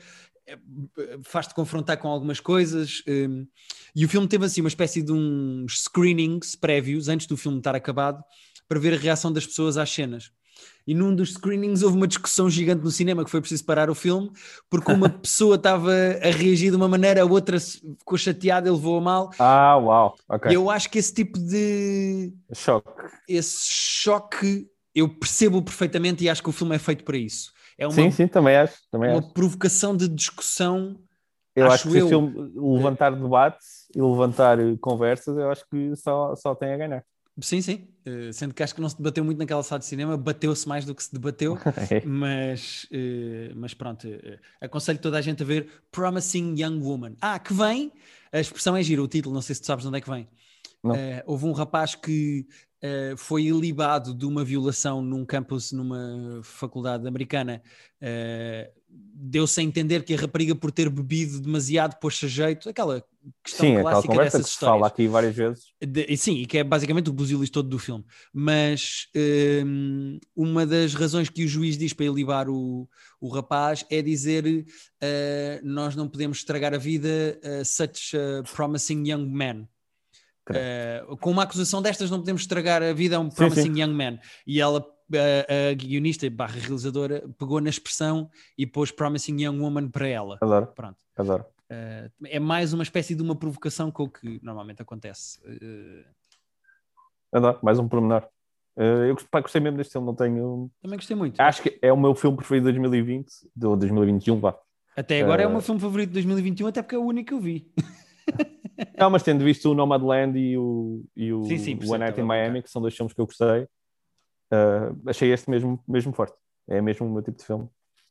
[SPEAKER 1] faz-te confrontar com algumas coisas um, e o filme teve assim uma espécie de uns screenings prévios antes do filme estar acabado para ver a reação das pessoas às cenas. E num dos screenings houve uma discussão gigante no cinema que foi preciso parar o filme porque uma pessoa estava a reagir de uma maneira, a outra ficou chateada, levou a mal.
[SPEAKER 2] Ah, uau, ok.
[SPEAKER 1] E eu acho que esse tipo de...
[SPEAKER 2] Choque.
[SPEAKER 1] esse choque eu percebo perfeitamente e acho que o filme é feito para isso. É
[SPEAKER 2] Sim,
[SPEAKER 1] uma,
[SPEAKER 2] sim, também acho. Também
[SPEAKER 1] uma
[SPEAKER 2] acho.
[SPEAKER 1] provocação de discussão,
[SPEAKER 2] Eu acho que
[SPEAKER 1] acho
[SPEAKER 2] se o
[SPEAKER 1] eu.
[SPEAKER 2] filme levantar debate e levantar conversas, eu acho que só, só tem a ganhar.
[SPEAKER 1] Sim, sim. Uh, sendo que acho que não se debateu muito naquela sala de cinema, bateu-se mais do que se debateu, mas, uh, mas pronto. Uh, aconselho toda a gente a ver Promising Young Woman. Ah, que vem, a expressão é gira, o título, não sei se tu sabes de onde é que vem. Uh, houve um rapaz que uh, foi ilibado de uma violação num campus, numa faculdade americana. Uh, deu-se a entender que a rapariga, por ter bebido demasiado, pôs-se a jeito, aquela questão
[SPEAKER 2] Sim, aquela
[SPEAKER 1] clássica
[SPEAKER 2] conversa
[SPEAKER 1] dessas
[SPEAKER 2] que se
[SPEAKER 1] histórias.
[SPEAKER 2] fala aqui várias vezes.
[SPEAKER 1] De, e sim, e que é basicamente o busilis todo do filme. Mas um, uma das razões que o juiz diz para ilibar o, o rapaz é dizer uh, nós não podemos estragar a vida a such a promising young man. Uh, com uma acusação destas não podemos estragar a vida a um
[SPEAKER 2] Sim,
[SPEAKER 1] promising
[SPEAKER 2] sim.
[SPEAKER 1] young man. E ela, a, a guionista barra realizadora, pegou na expressão e pôs promising young woman para ela.
[SPEAKER 2] Adoro,
[SPEAKER 1] Pronto.
[SPEAKER 2] adoro.
[SPEAKER 1] Uh, é mais uma espécie de uma provocação com o que normalmente acontece. Uh...
[SPEAKER 2] Adoro, mais um pormenor. Uh, eu pá, gostei mesmo deste filme, não tenho...
[SPEAKER 1] Também gostei muito.
[SPEAKER 2] Acho que é o meu filme preferido de dois mil e vinte, de dois mil e vinte e um, vá.
[SPEAKER 1] Até agora uh... é o meu filme favorito de dois mil e vinte e um, até porque é o único que eu vi.
[SPEAKER 2] Não, mas tendo visto o Nomadland e o, e o
[SPEAKER 1] sim, sim,
[SPEAKER 2] One Night in
[SPEAKER 1] Miami,
[SPEAKER 2] Miami, que são dois filmes que eu gostei, uh, achei este mesmo, mesmo forte. É mesmo o meu tipo de filme.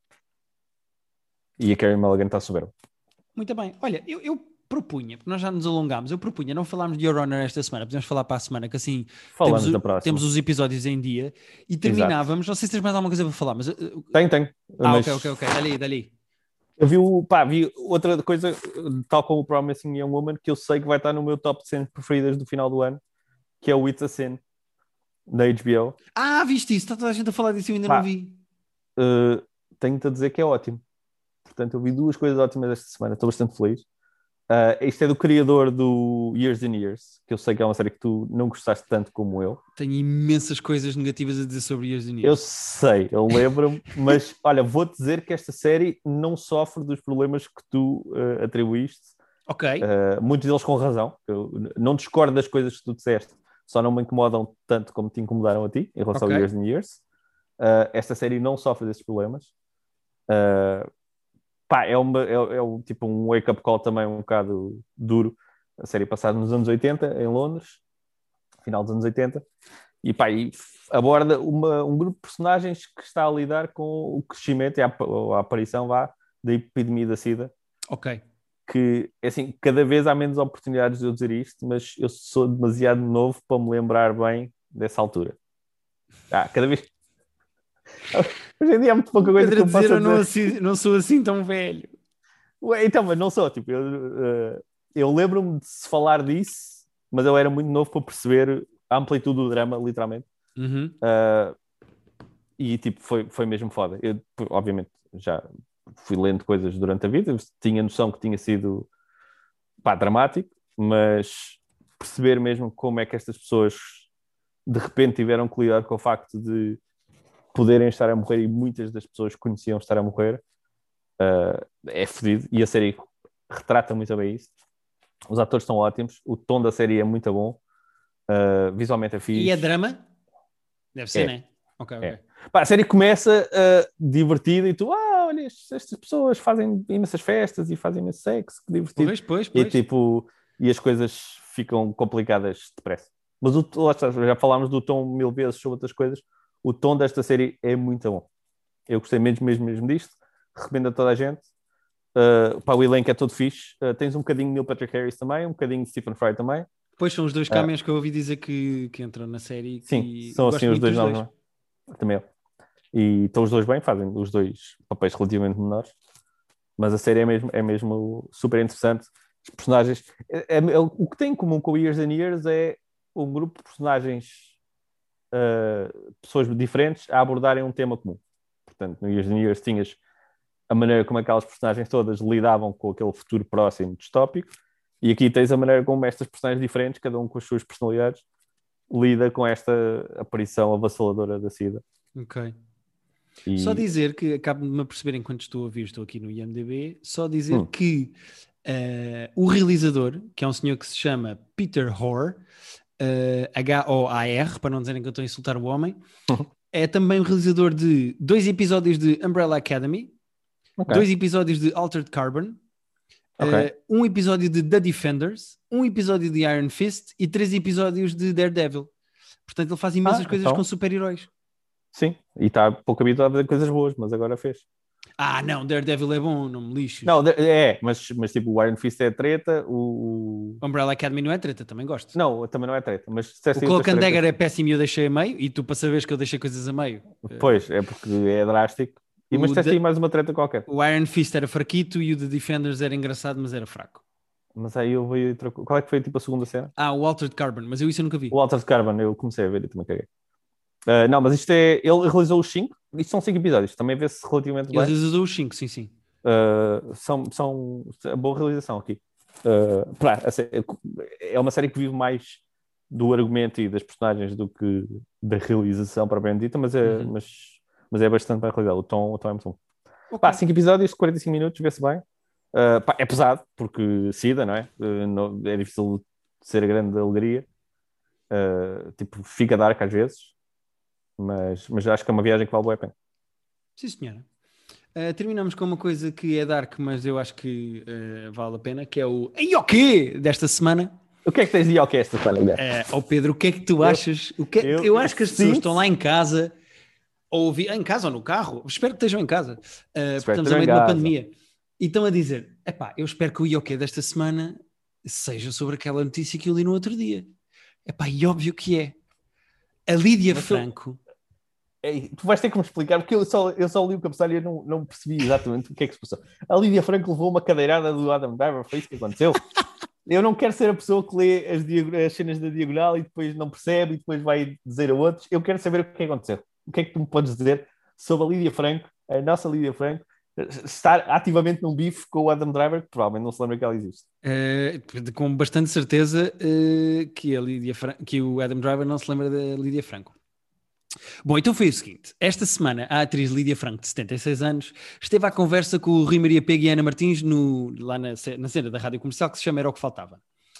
[SPEAKER 2] E a Carey Mulligan está soberba.
[SPEAKER 1] Muito bem. Olha, eu, eu propunha, porque nós já nos alongámos, eu propunha não falarmos de Your Honor esta semana, podemos falar para a semana, que assim
[SPEAKER 2] Falamos
[SPEAKER 1] temos,
[SPEAKER 2] da próxima.
[SPEAKER 1] temos os episódios em dia e terminávamos. Exato. Não sei se tens mais alguma coisa para falar, mas...
[SPEAKER 2] Tenho, tenho.
[SPEAKER 1] Ah,
[SPEAKER 2] mas...
[SPEAKER 1] ok, ok, ok. Dali, dali.
[SPEAKER 2] Eu vi, pá, vi outra coisa, tal como o Promising Young Woman, que eu sei que vai estar no meu top cem preferidas do final do ano, que é o It's a Sin, da H B O.
[SPEAKER 1] Ah, viste isso? Está toda a gente a falar disso e eu ainda pá, não vi.
[SPEAKER 2] Uh, tenho-te a dizer que é ótimo. Portanto, eu vi duas coisas ótimas esta semana, estou bastante feliz. Uh, isto é do criador do Years and Years, que eu sei que é uma série que tu não gostaste tanto como eu.
[SPEAKER 1] Tenho imensas coisas negativas a dizer sobre Years and Years.
[SPEAKER 2] Eu sei, eu lembro-me, mas olha, vou-te dizer que esta série não sofre dos problemas que tu uh, atribuíste.
[SPEAKER 1] Ok.
[SPEAKER 2] Uh, muitos deles com razão. Eu não discordo das coisas que tu disseste, só não me incomodam tanto como te incomodaram a ti, em relação okay. ao Years and Years. Uh, esta série não sofre desses problemas. Uh, pá, é, uma, é, é um, tipo um wake-up call também um bocado duro. A série passada nos anos oitenta, em Londres, final dos anos oitenta, e, pá, e aborda uma, um grupo de personagens que está a lidar com o crescimento e a, a aparição vá, da epidemia da SIDA.
[SPEAKER 1] Ok.
[SPEAKER 2] Que, assim, cada vez há menos oportunidades de eu dizer isto, mas eu sou demasiado novo para me lembrar bem dessa altura. Ah, cada vez... Hoje em dia há muito pouca coisa
[SPEAKER 1] Pedro
[SPEAKER 2] que
[SPEAKER 1] a
[SPEAKER 2] eu
[SPEAKER 1] dizer,
[SPEAKER 2] possa
[SPEAKER 1] eu não,
[SPEAKER 2] dizer.
[SPEAKER 1] assim, não sou assim tão velho.
[SPEAKER 2] Ué, então, mas não sou, tipo, eu, uh, eu lembro-me de se falar disso, mas eu era muito novo para perceber a amplitude do drama, literalmente.
[SPEAKER 1] Uhum.
[SPEAKER 2] Uh, e, tipo, foi, foi mesmo foda. Eu, obviamente, já fui lendo coisas durante a vida, tinha noção que tinha sido, pá, dramático, mas perceber mesmo como é que estas pessoas de repente tiveram que lidar com o facto de poderem estar a morrer e muitas das pessoas que conheciam estar a morrer, uh, é fodido. E a série retrata muito bem isso. Os atores estão ótimos, o tom da série é muito bom, uh, visualmente é fixe.
[SPEAKER 1] E é drama? Deve ser,
[SPEAKER 2] é.
[SPEAKER 1] né? Ok,
[SPEAKER 2] é.
[SPEAKER 1] ok.
[SPEAKER 2] Pá, a série começa uh, divertida e tu, ah, olha, estas pessoas fazem imensas festas e fazem imenso sexo, que divertido.
[SPEAKER 1] Pois, pois,
[SPEAKER 2] E
[SPEAKER 1] pois.
[SPEAKER 2] tipo, e as coisas ficam complicadas depressa. Mas o, lá está, já falámos do tom mil vezes sobre outras coisas. O tom desta série é muito bom. Eu gostei mesmo, mesmo, mesmo disto. Recomendo a toda a gente. Uh, pá, o elenco é todo fixe. Uh, tens um bocadinho de Neil Patrick Harris também, um bocadinho de Stephen Fry também.
[SPEAKER 1] Pois são os dois
[SPEAKER 2] Uh,
[SPEAKER 1] cameos que eu ouvi dizer que, que entram na série
[SPEAKER 2] sim,
[SPEAKER 1] e
[SPEAKER 2] são
[SPEAKER 1] gosto
[SPEAKER 2] assim os
[SPEAKER 1] muito
[SPEAKER 2] dois
[SPEAKER 1] dos
[SPEAKER 2] novos
[SPEAKER 1] dois.
[SPEAKER 2] também. também. E estão os dois bem, fazem os dois papéis relativamente menores. Mas a série é mesmo, é mesmo super interessante. Os personagens... É, é, o que tem em comum com o Years and Years é um grupo de personagens, uh, pessoas diferentes, a abordarem um tema comum. Portanto, no Years and Years tinhas a maneira como aquelas personagens todas lidavam com aquele futuro próximo distópico, e aqui tens a maneira como estas personagens diferentes, cada um com as suas personalidades, lida com esta aparição avassaladora da SIDA.
[SPEAKER 1] Ok.
[SPEAKER 2] E...
[SPEAKER 1] Só dizer que, acabo de me aperceber enquanto estou a ouvir, estou aqui no I M D B, só dizer
[SPEAKER 2] hum.
[SPEAKER 1] que uh, o realizador, que é um senhor que se chama Peter Hoare, uh, H O A R, para não dizerem que eu estou a insultar o homem, é também o realizador de dois episódios de Umbrella Academy,
[SPEAKER 2] okay.
[SPEAKER 1] dois episódios de Altered Carbon,
[SPEAKER 2] okay.
[SPEAKER 1] uh, um episódio de The Defenders, um episódio de Iron Fist e três episódios de Daredevil. Portanto, ele faz imensas
[SPEAKER 2] ah,
[SPEAKER 1] coisas
[SPEAKER 2] então...
[SPEAKER 1] com super-heróis.
[SPEAKER 2] Sim, e está pouco habituado a fazer coisas boas, mas agora fez.
[SPEAKER 1] Ah, não, Daredevil é bom, não me lixes.
[SPEAKER 2] Não, é, mas, mas tipo, o Iron Fist é treta, o...
[SPEAKER 1] Umbrella Academy não é treta, também gosto.
[SPEAKER 2] Não, também não é treta, mas...
[SPEAKER 1] O Cloak and Dagger é péssimo e eu deixei a meio, e tu para saberes que eu deixei coisas a meio.
[SPEAKER 2] Pois, é porque é drástico. E mas tens aí mais uma treta qualquer.
[SPEAKER 1] O Iron Fist era fraquito e o The Defenders era engraçado, mas era fraco.
[SPEAKER 2] Mas aí eu vi... Qual é que foi tipo a segunda cena?
[SPEAKER 1] Ah, o Altered Carbon, mas eu isso eu nunca vi.
[SPEAKER 2] O Altered Carbon, eu comecei a ver e também caguei. Uh, não, mas isto é... Ele realizou os cinco, isto são cinco episódios, também vê-se relativamente bem.
[SPEAKER 1] Ele realizou os cinco, sim, sim.
[SPEAKER 2] Uh, são, são boa realização aqui. Uh, pra, é uma série que vive mais do argumento e das personagens do que da realização propriamente dita, mas é, uhum. mas, mas é bastante bem realizado. O tom, o tom é muito bom. Okay. Pá, cinco episódios, quarenta e cinco minutos, vê-se bem. Uh, pá, é pesado, porque SIDA, não é? Uh, não, é difícil ser a grande alegria. Uh, tipo, fica dark às vezes, mas, mas acho que é uma viagem que vale a pena.
[SPEAKER 1] Sim, senhora. Uh, terminamos com uma coisa que é dark, mas eu acho que uh, vale a pena, que é o E o quê desta semana.
[SPEAKER 2] O que é que tens de E o quê esta semana?
[SPEAKER 1] Uh, oh Pedro, o que é que tu achas? Eu, o que, eu, eu acho que as pessoas estão lá em casa, ou ouvi, em casa ou no carro, espero que estejam em casa, uh, porque estamos a meio de uma pandemia, e estão a dizer, epá, eu espero que o E o quê desta semana seja sobre aquela notícia que eu li no outro dia. Epá, e óbvio que é. A Lídia mas Franco...
[SPEAKER 2] Tu... Ei, tu vais ter que me explicar, porque eu só, eu só li o cabeçalho e eu não, não percebi exatamente o que é que se passou. A Lídia Franco levou uma cadeirada do Adam Driver, foi isso que aconteceu? Eu não quero ser a pessoa que lê as, as cenas da Diagonal e depois não percebe e depois vai dizer a outros. Eu quero saber o que é que aconteceu. O que é que tu me podes dizer sobre a Lídia Franco, a nossa Lídia Franco, estar ativamente num bife com o Adam Driver, que provavelmente não se lembra que ela existe.
[SPEAKER 1] Uh, com bastante certeza uh, que, a Lídia Fran- que o Adam Driver não se lembra da Lídia Franco. Bom, então foi o seguinte, esta semana a atriz Lídia Franco, de setenta e seis anos, esteve à conversa com o Rui Maria Pego e a Ana Martins no, lá na, na cena da rádio comercial que se chama Era o que Faltava.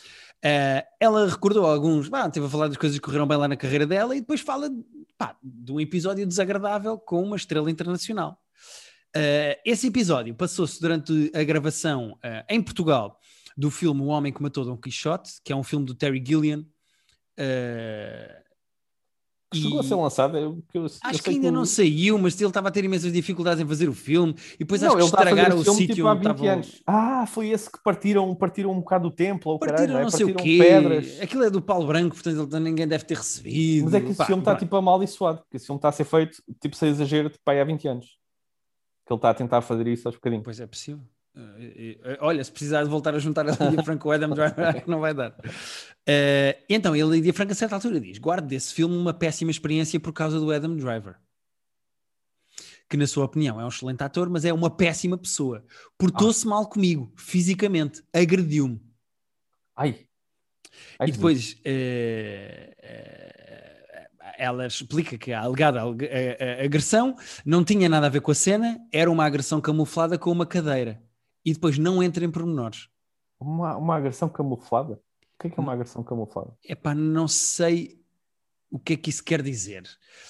[SPEAKER 1] Uh, ela recordou alguns, bah, esteve a falar das coisas que correram bem lá na carreira dela e depois fala pá, de um episódio desagradável com uma estrela internacional. Uh, esse episódio passou-se durante a gravação uh, em Portugal do filme O Homem que Matou Dom Quixote, que é um filme do Terry Gilliam. Uh,
[SPEAKER 2] Chegou
[SPEAKER 1] e
[SPEAKER 2] a ser lançado? Eu, eu,
[SPEAKER 1] acho
[SPEAKER 2] eu
[SPEAKER 1] que
[SPEAKER 2] sei
[SPEAKER 1] ainda
[SPEAKER 2] que o...
[SPEAKER 1] não saiu, mas ele estava a ter imensas dificuldades em fazer o filme e depois
[SPEAKER 2] Não,
[SPEAKER 1] acho que
[SPEAKER 2] ele está a fazer
[SPEAKER 1] estragaram
[SPEAKER 2] esse
[SPEAKER 1] o
[SPEAKER 2] filme
[SPEAKER 1] sítio
[SPEAKER 2] tipo há
[SPEAKER 1] onde
[SPEAKER 2] vinte
[SPEAKER 1] estavam.
[SPEAKER 2] anos. Ah, foi esse que partiram, partiram um bocado o templo, ou caralho,
[SPEAKER 1] Partiram
[SPEAKER 2] não é?
[SPEAKER 1] não sei o
[SPEAKER 2] Partiram
[SPEAKER 1] quê.
[SPEAKER 2] pedras.
[SPEAKER 1] Aquilo é do Paulo Branco, portanto ele ninguém deve ter
[SPEAKER 2] Mas é que
[SPEAKER 1] recebido.
[SPEAKER 2] esse
[SPEAKER 1] Pá,
[SPEAKER 2] filme está
[SPEAKER 1] pronto.
[SPEAKER 2] tipo amaldiçoado, porque esse filme está a ser feito tipo sem exagero tipo, aí há vinte anos. Que ele está a tentar fazer isso aos bocadinhos.
[SPEAKER 1] Pois é possível. Uh, e- e- olha, se precisar de voltar a juntar a Lídia Franco com o Adam Driver, acho que não vai dar. Uh, então, a Lídia Franco a certa altura diz: guarde desse filme uma péssima experiência por causa do Adam Driver. Que na sua opinião é um excelente ator, mas é uma péssima pessoa. Portou-se
[SPEAKER 2] Ah.
[SPEAKER 1] mal comigo, fisicamente, agrediu-me.
[SPEAKER 2] Ai. Ai,
[SPEAKER 1] E depois
[SPEAKER 2] Jesus.
[SPEAKER 1] uh, uh, ela explica que a alegada ag- a- a- agressão não tinha nada a ver com a cena, era uma agressão camuflada com uma cadeira. E depois não entra em pormenores.
[SPEAKER 2] Uma, uma agressão camuflada? O que é que é uma
[SPEAKER 1] Não,
[SPEAKER 2] agressão camuflada?
[SPEAKER 1] epá, não sei o que é que isso quer dizer.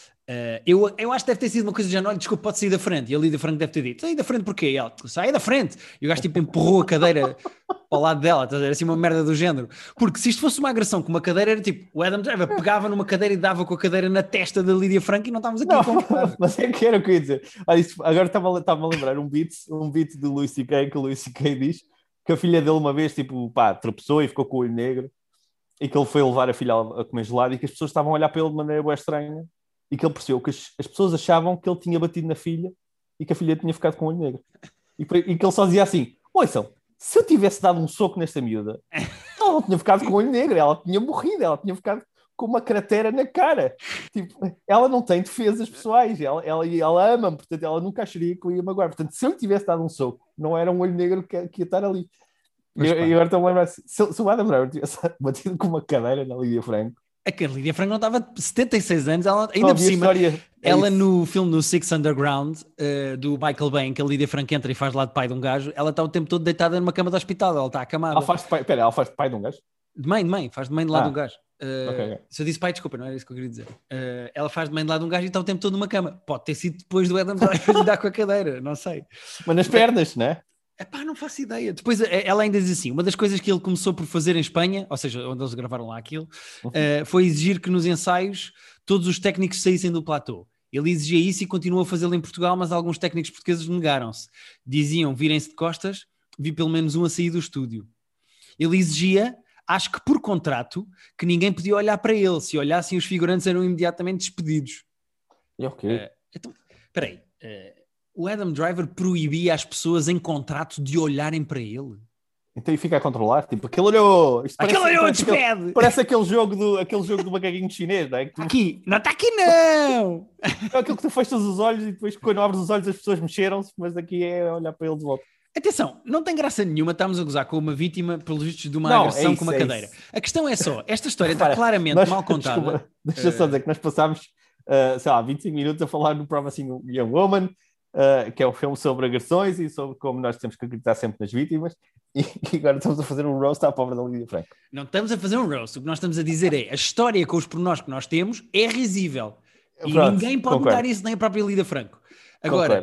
[SPEAKER 1] Uh, eu, eu acho que deve ter sido uma coisa de já, olha, desculpa, pode sair da frente. E ali da frente deve ter dito, sair da frente porquê? E ela, sai da frente. E o gajo tipo empurrou a cadeira ao lado dela, estás a ver? Assim uma merda do género. Porque se isto fosse uma agressão com uma cadeira, era tipo, o Adam Driver pegava numa cadeira e dava com a cadeira na testa da Lídia Franco e não estávamos aqui
[SPEAKER 2] Não,
[SPEAKER 1] a conversar.
[SPEAKER 2] mas é que era o que eu ia dizer. Olha, isso, agora estava-me a lembrar um beat, um beat do Louis C K, que o Louis C K diz que a filha dele uma vez, tipo, pá, tropeçou e ficou com o olho negro e que ele foi levar a filha a comer gelado e que as pessoas estavam a olhar para ele de maneira bem estranha e que ele percebeu que as, as pessoas achavam que ele tinha batido na filha e que a filha tinha ficado com o olho negro. E, e que ele só dizia assim, ouçam, se eu tivesse dado um soco nesta miúda, ela não tinha ficado com o olho negro, ela tinha morrido, ela tinha ficado com uma cratera na cara. Tipo, ela não tem defesas pessoais, ela, ela, ela ama-me, portanto ela nunca acharia que eu ia magoar. Portanto, se eu tivesse dado um soco, não era um olho negro que, que ia estar ali. E eu, eu agora estou a lembrar, se, se o Adam Driver tivesse batido com uma cadeira na Lídia Franco.
[SPEAKER 1] É que a Lídia Franco não estava setenta e seis anos, ela, ainda
[SPEAKER 2] Não,
[SPEAKER 1] por
[SPEAKER 2] havia
[SPEAKER 1] cima,
[SPEAKER 2] história, é
[SPEAKER 1] ela
[SPEAKER 2] isso.
[SPEAKER 1] no filme do Six Underground, uh, do Michael Bay, em que a Lídia Franco entra e faz lá de pai de um gajo, ela está o tempo todo deitada numa cama de hospital, ela está acamada.
[SPEAKER 2] Ela faz de pai, pera, ela faz de pai de um gajo?
[SPEAKER 1] De mãe, de mãe, faz de mãe de lá
[SPEAKER 2] Ah,
[SPEAKER 1] de um gajo. Uh,
[SPEAKER 2] ok, ok.
[SPEAKER 1] Se eu disse pai, desculpa, não era isso que eu queria dizer. Uh, ela faz de mãe de lá de um gajo e está o tempo todo numa cama. Pode ter sido depois do Adam Driver lhe dar com a cadeira, não sei.
[SPEAKER 2] Mas nas pernas, não é?
[SPEAKER 1] Epá, não faço ideia. Depois ela ainda diz assim, uma das coisas que ele começou por fazer em Espanha, ou seja, onde eles gravaram lá aquilo, uh, foi exigir que nos ensaios todos os técnicos saíssem do platô. Ele exigia isso e continuou a fazê-lo em Portugal, mas alguns técnicos portugueses negaram-se. Diziam, virem-se de costas, vi pelo menos um a sair do estúdio. Ele exigia, acho que por contrato, que ninguém podia olhar para ele. Se olhassem, os figurantes eram imediatamente despedidos.
[SPEAKER 2] É o quê?
[SPEAKER 1] Uh, então, espera aí. Uh, o Adam Driver proibia as pessoas em contrato de olharem para ele?
[SPEAKER 2] Então e fica a controlar, tipo, aquele olhou, isto
[SPEAKER 1] aquele
[SPEAKER 2] parece,
[SPEAKER 1] olhou,
[SPEAKER 2] parece,
[SPEAKER 1] despede!
[SPEAKER 2] aquele, parece aquele jogo do, aquele jogo do macaquinho chinês, não é? Que tu,
[SPEAKER 1] aqui, não está aqui não!
[SPEAKER 2] é aquilo que tu fechas os olhos e depois quando abres os olhos as pessoas mexeram-se, mas aqui é olhar para ele de volta.
[SPEAKER 1] Atenção, não tem graça nenhuma estarmos a gozar com uma vítima pelos vistos de uma
[SPEAKER 2] Não,
[SPEAKER 1] agressão
[SPEAKER 2] é isso,
[SPEAKER 1] com uma
[SPEAKER 2] é
[SPEAKER 1] cadeira.
[SPEAKER 2] isso.
[SPEAKER 1] A questão é só, esta história
[SPEAKER 2] Repara,
[SPEAKER 1] está claramente
[SPEAKER 2] nós,
[SPEAKER 1] mal contada.
[SPEAKER 2] Desculpa, deixa só dizer que nós passámos, uh, sei lá, vinte e cinco minutos a falar no Promising Young Woman, uh, que é um filme sobre agressões e sobre como nós temos que acreditar sempre nas vítimas, e, e agora estamos a fazer um roast à pobre da Lídia Franco.
[SPEAKER 1] Não estamos a fazer um roast, o que nós estamos a dizer é, a história com os pormenores que nós temos é risível. E
[SPEAKER 2] Pronto,
[SPEAKER 1] ninguém pode
[SPEAKER 2] concordo.
[SPEAKER 1] mudar isso, nem a própria Lídia Franco. Agora,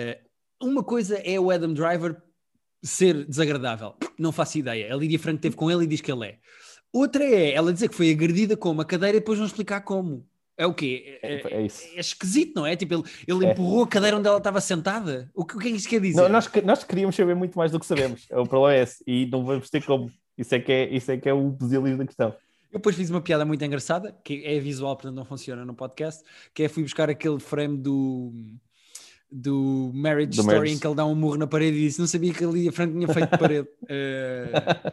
[SPEAKER 1] uh, uma coisa é o Adam Driver ser desagradável, não faço ideia. A Lídia Franco esteve com ele e diz que ele é. Outra é ela dizer que foi agredida com uma cadeira e depois não explicar como. É o quê? É,
[SPEAKER 2] É, é isso.
[SPEAKER 1] é esquisito, não é? Tipo, ele, ele
[SPEAKER 2] É.
[SPEAKER 1] empurrou a cadeira onde ela estava sentada. O que, o que é que isso quer dizer?
[SPEAKER 2] Não, nós, nós queríamos saber muito mais do que sabemos. O problema é esse. E não vamos ter como. Isso é que é, isso é, que é o posilismo da questão.
[SPEAKER 1] Eu depois fiz uma piada muito engraçada, que é visual, portanto não funciona no podcast, que é fui buscar aquele frame do... do Marriage
[SPEAKER 2] Do
[SPEAKER 1] Story
[SPEAKER 2] Marriage.
[SPEAKER 1] em que ele dá um murro na parede e disse, não sabia que a Lídia Franco tinha feito parede. uh...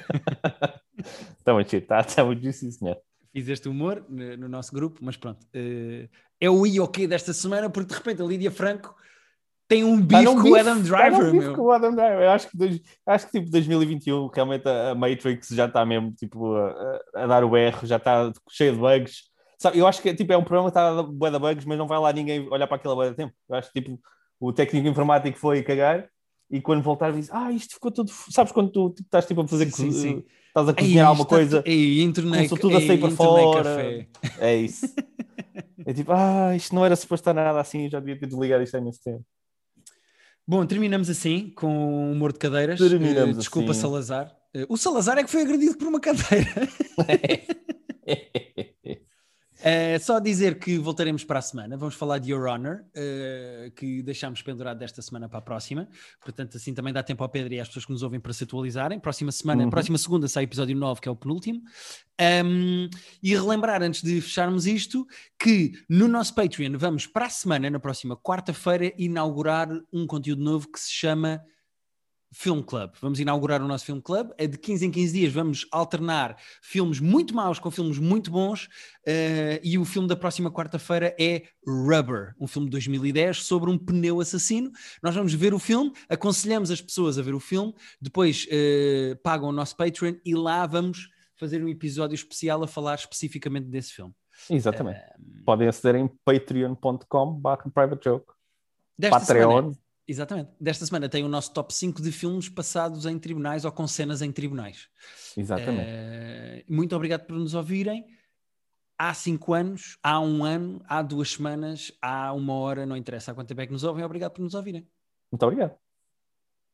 [SPEAKER 2] Está muito chido, está, está muito chido, sim, senhor.
[SPEAKER 1] Fiz este humor no, no nosso grupo, mas pronto. Uh... É o I O Q desta semana, porque de repente a Lídia Franco tem um bife
[SPEAKER 2] Tá
[SPEAKER 1] com
[SPEAKER 2] bife,
[SPEAKER 1] o Adam Driver,
[SPEAKER 2] tá bife
[SPEAKER 1] meu.
[SPEAKER 2] com o Adam Driver. Eu acho que, dois, acho que tipo dois mil e vinte e um realmente a, a Matrix já está mesmo tipo, a, a dar o erro, já está cheio de bugs. Sabe, eu acho que tipo, é um problema que está a dar bué de bugs, mas não vai lá ninguém olhar para aquilo a bué de tempo. Eu acho que tipo, o técnico informático foi cagar e quando voltar diz, ah, isto ficou tudo... Sabes quando tu tipo, estás tipo, a fazer...
[SPEAKER 1] Sim, sim, sim.
[SPEAKER 2] Estás a
[SPEAKER 1] Ei,
[SPEAKER 2] cozinhar alguma
[SPEAKER 1] está
[SPEAKER 2] coisa,
[SPEAKER 1] tu... Ei, entornei,
[SPEAKER 2] começou tudo a sair
[SPEAKER 1] ei,
[SPEAKER 2] para
[SPEAKER 1] entornei
[SPEAKER 2] fora.
[SPEAKER 1] Café.
[SPEAKER 2] É isso. É tipo, ah, isto não era suposto estar nada assim, já devia ter desligado isto há imenso tempo.
[SPEAKER 1] Bom, terminamos assim com o humor de cadeiras.
[SPEAKER 2] Terminamos
[SPEAKER 1] Uh, desculpa,
[SPEAKER 2] assim.
[SPEAKER 1] Salazar. Uh, o Salazar é que foi agredido por uma cadeira. É só dizer que voltaremos para a semana. Vamos falar de Your Honor, uh, que deixámos pendurado desta semana para a próxima. Portanto, assim também dá tempo ao Pedro e às pessoas que nos ouvem para se atualizarem. Próxima semana,
[SPEAKER 2] Uhum.
[SPEAKER 1] próxima segunda sai o episódio nove, que é o penúltimo. Um, e relembrar, antes de fecharmos isto, que no nosso Patreon vamos para a semana, na próxima quarta-feira, inaugurar um conteúdo novo que se chama Film Club. Vamos inaugurar o nosso Film Club. É de quinze em quinze dias vamos alternar filmes muito maus com filmes muito bons, uh, e o filme da próxima quarta-feira é Rubber, um filme de dois mil e dez sobre um pneu assassino. Nós vamos ver o filme, aconselhamos as pessoas a ver o filme, depois uh, pagam o nosso Patreon e lá vamos fazer um episódio especial a falar especificamente desse filme.
[SPEAKER 2] Exatamente.
[SPEAKER 1] Uh,
[SPEAKER 2] Podem aceder em patreon ponto com barra private joke.
[SPEAKER 1] Desta
[SPEAKER 2] Patreon.
[SPEAKER 1] semana, exatamente. Desta semana tem o nosso top cinco de filmes passados em tribunais ou com cenas em tribunais.
[SPEAKER 2] Exatamente.
[SPEAKER 1] Uh, muito obrigado por nos ouvirem. Há cinco anos, há um ano, há duas semanas, há uma hora, não interessa há quanto tempo é que nos ouvem. Obrigado por nos ouvirem.
[SPEAKER 2] Muito obrigado.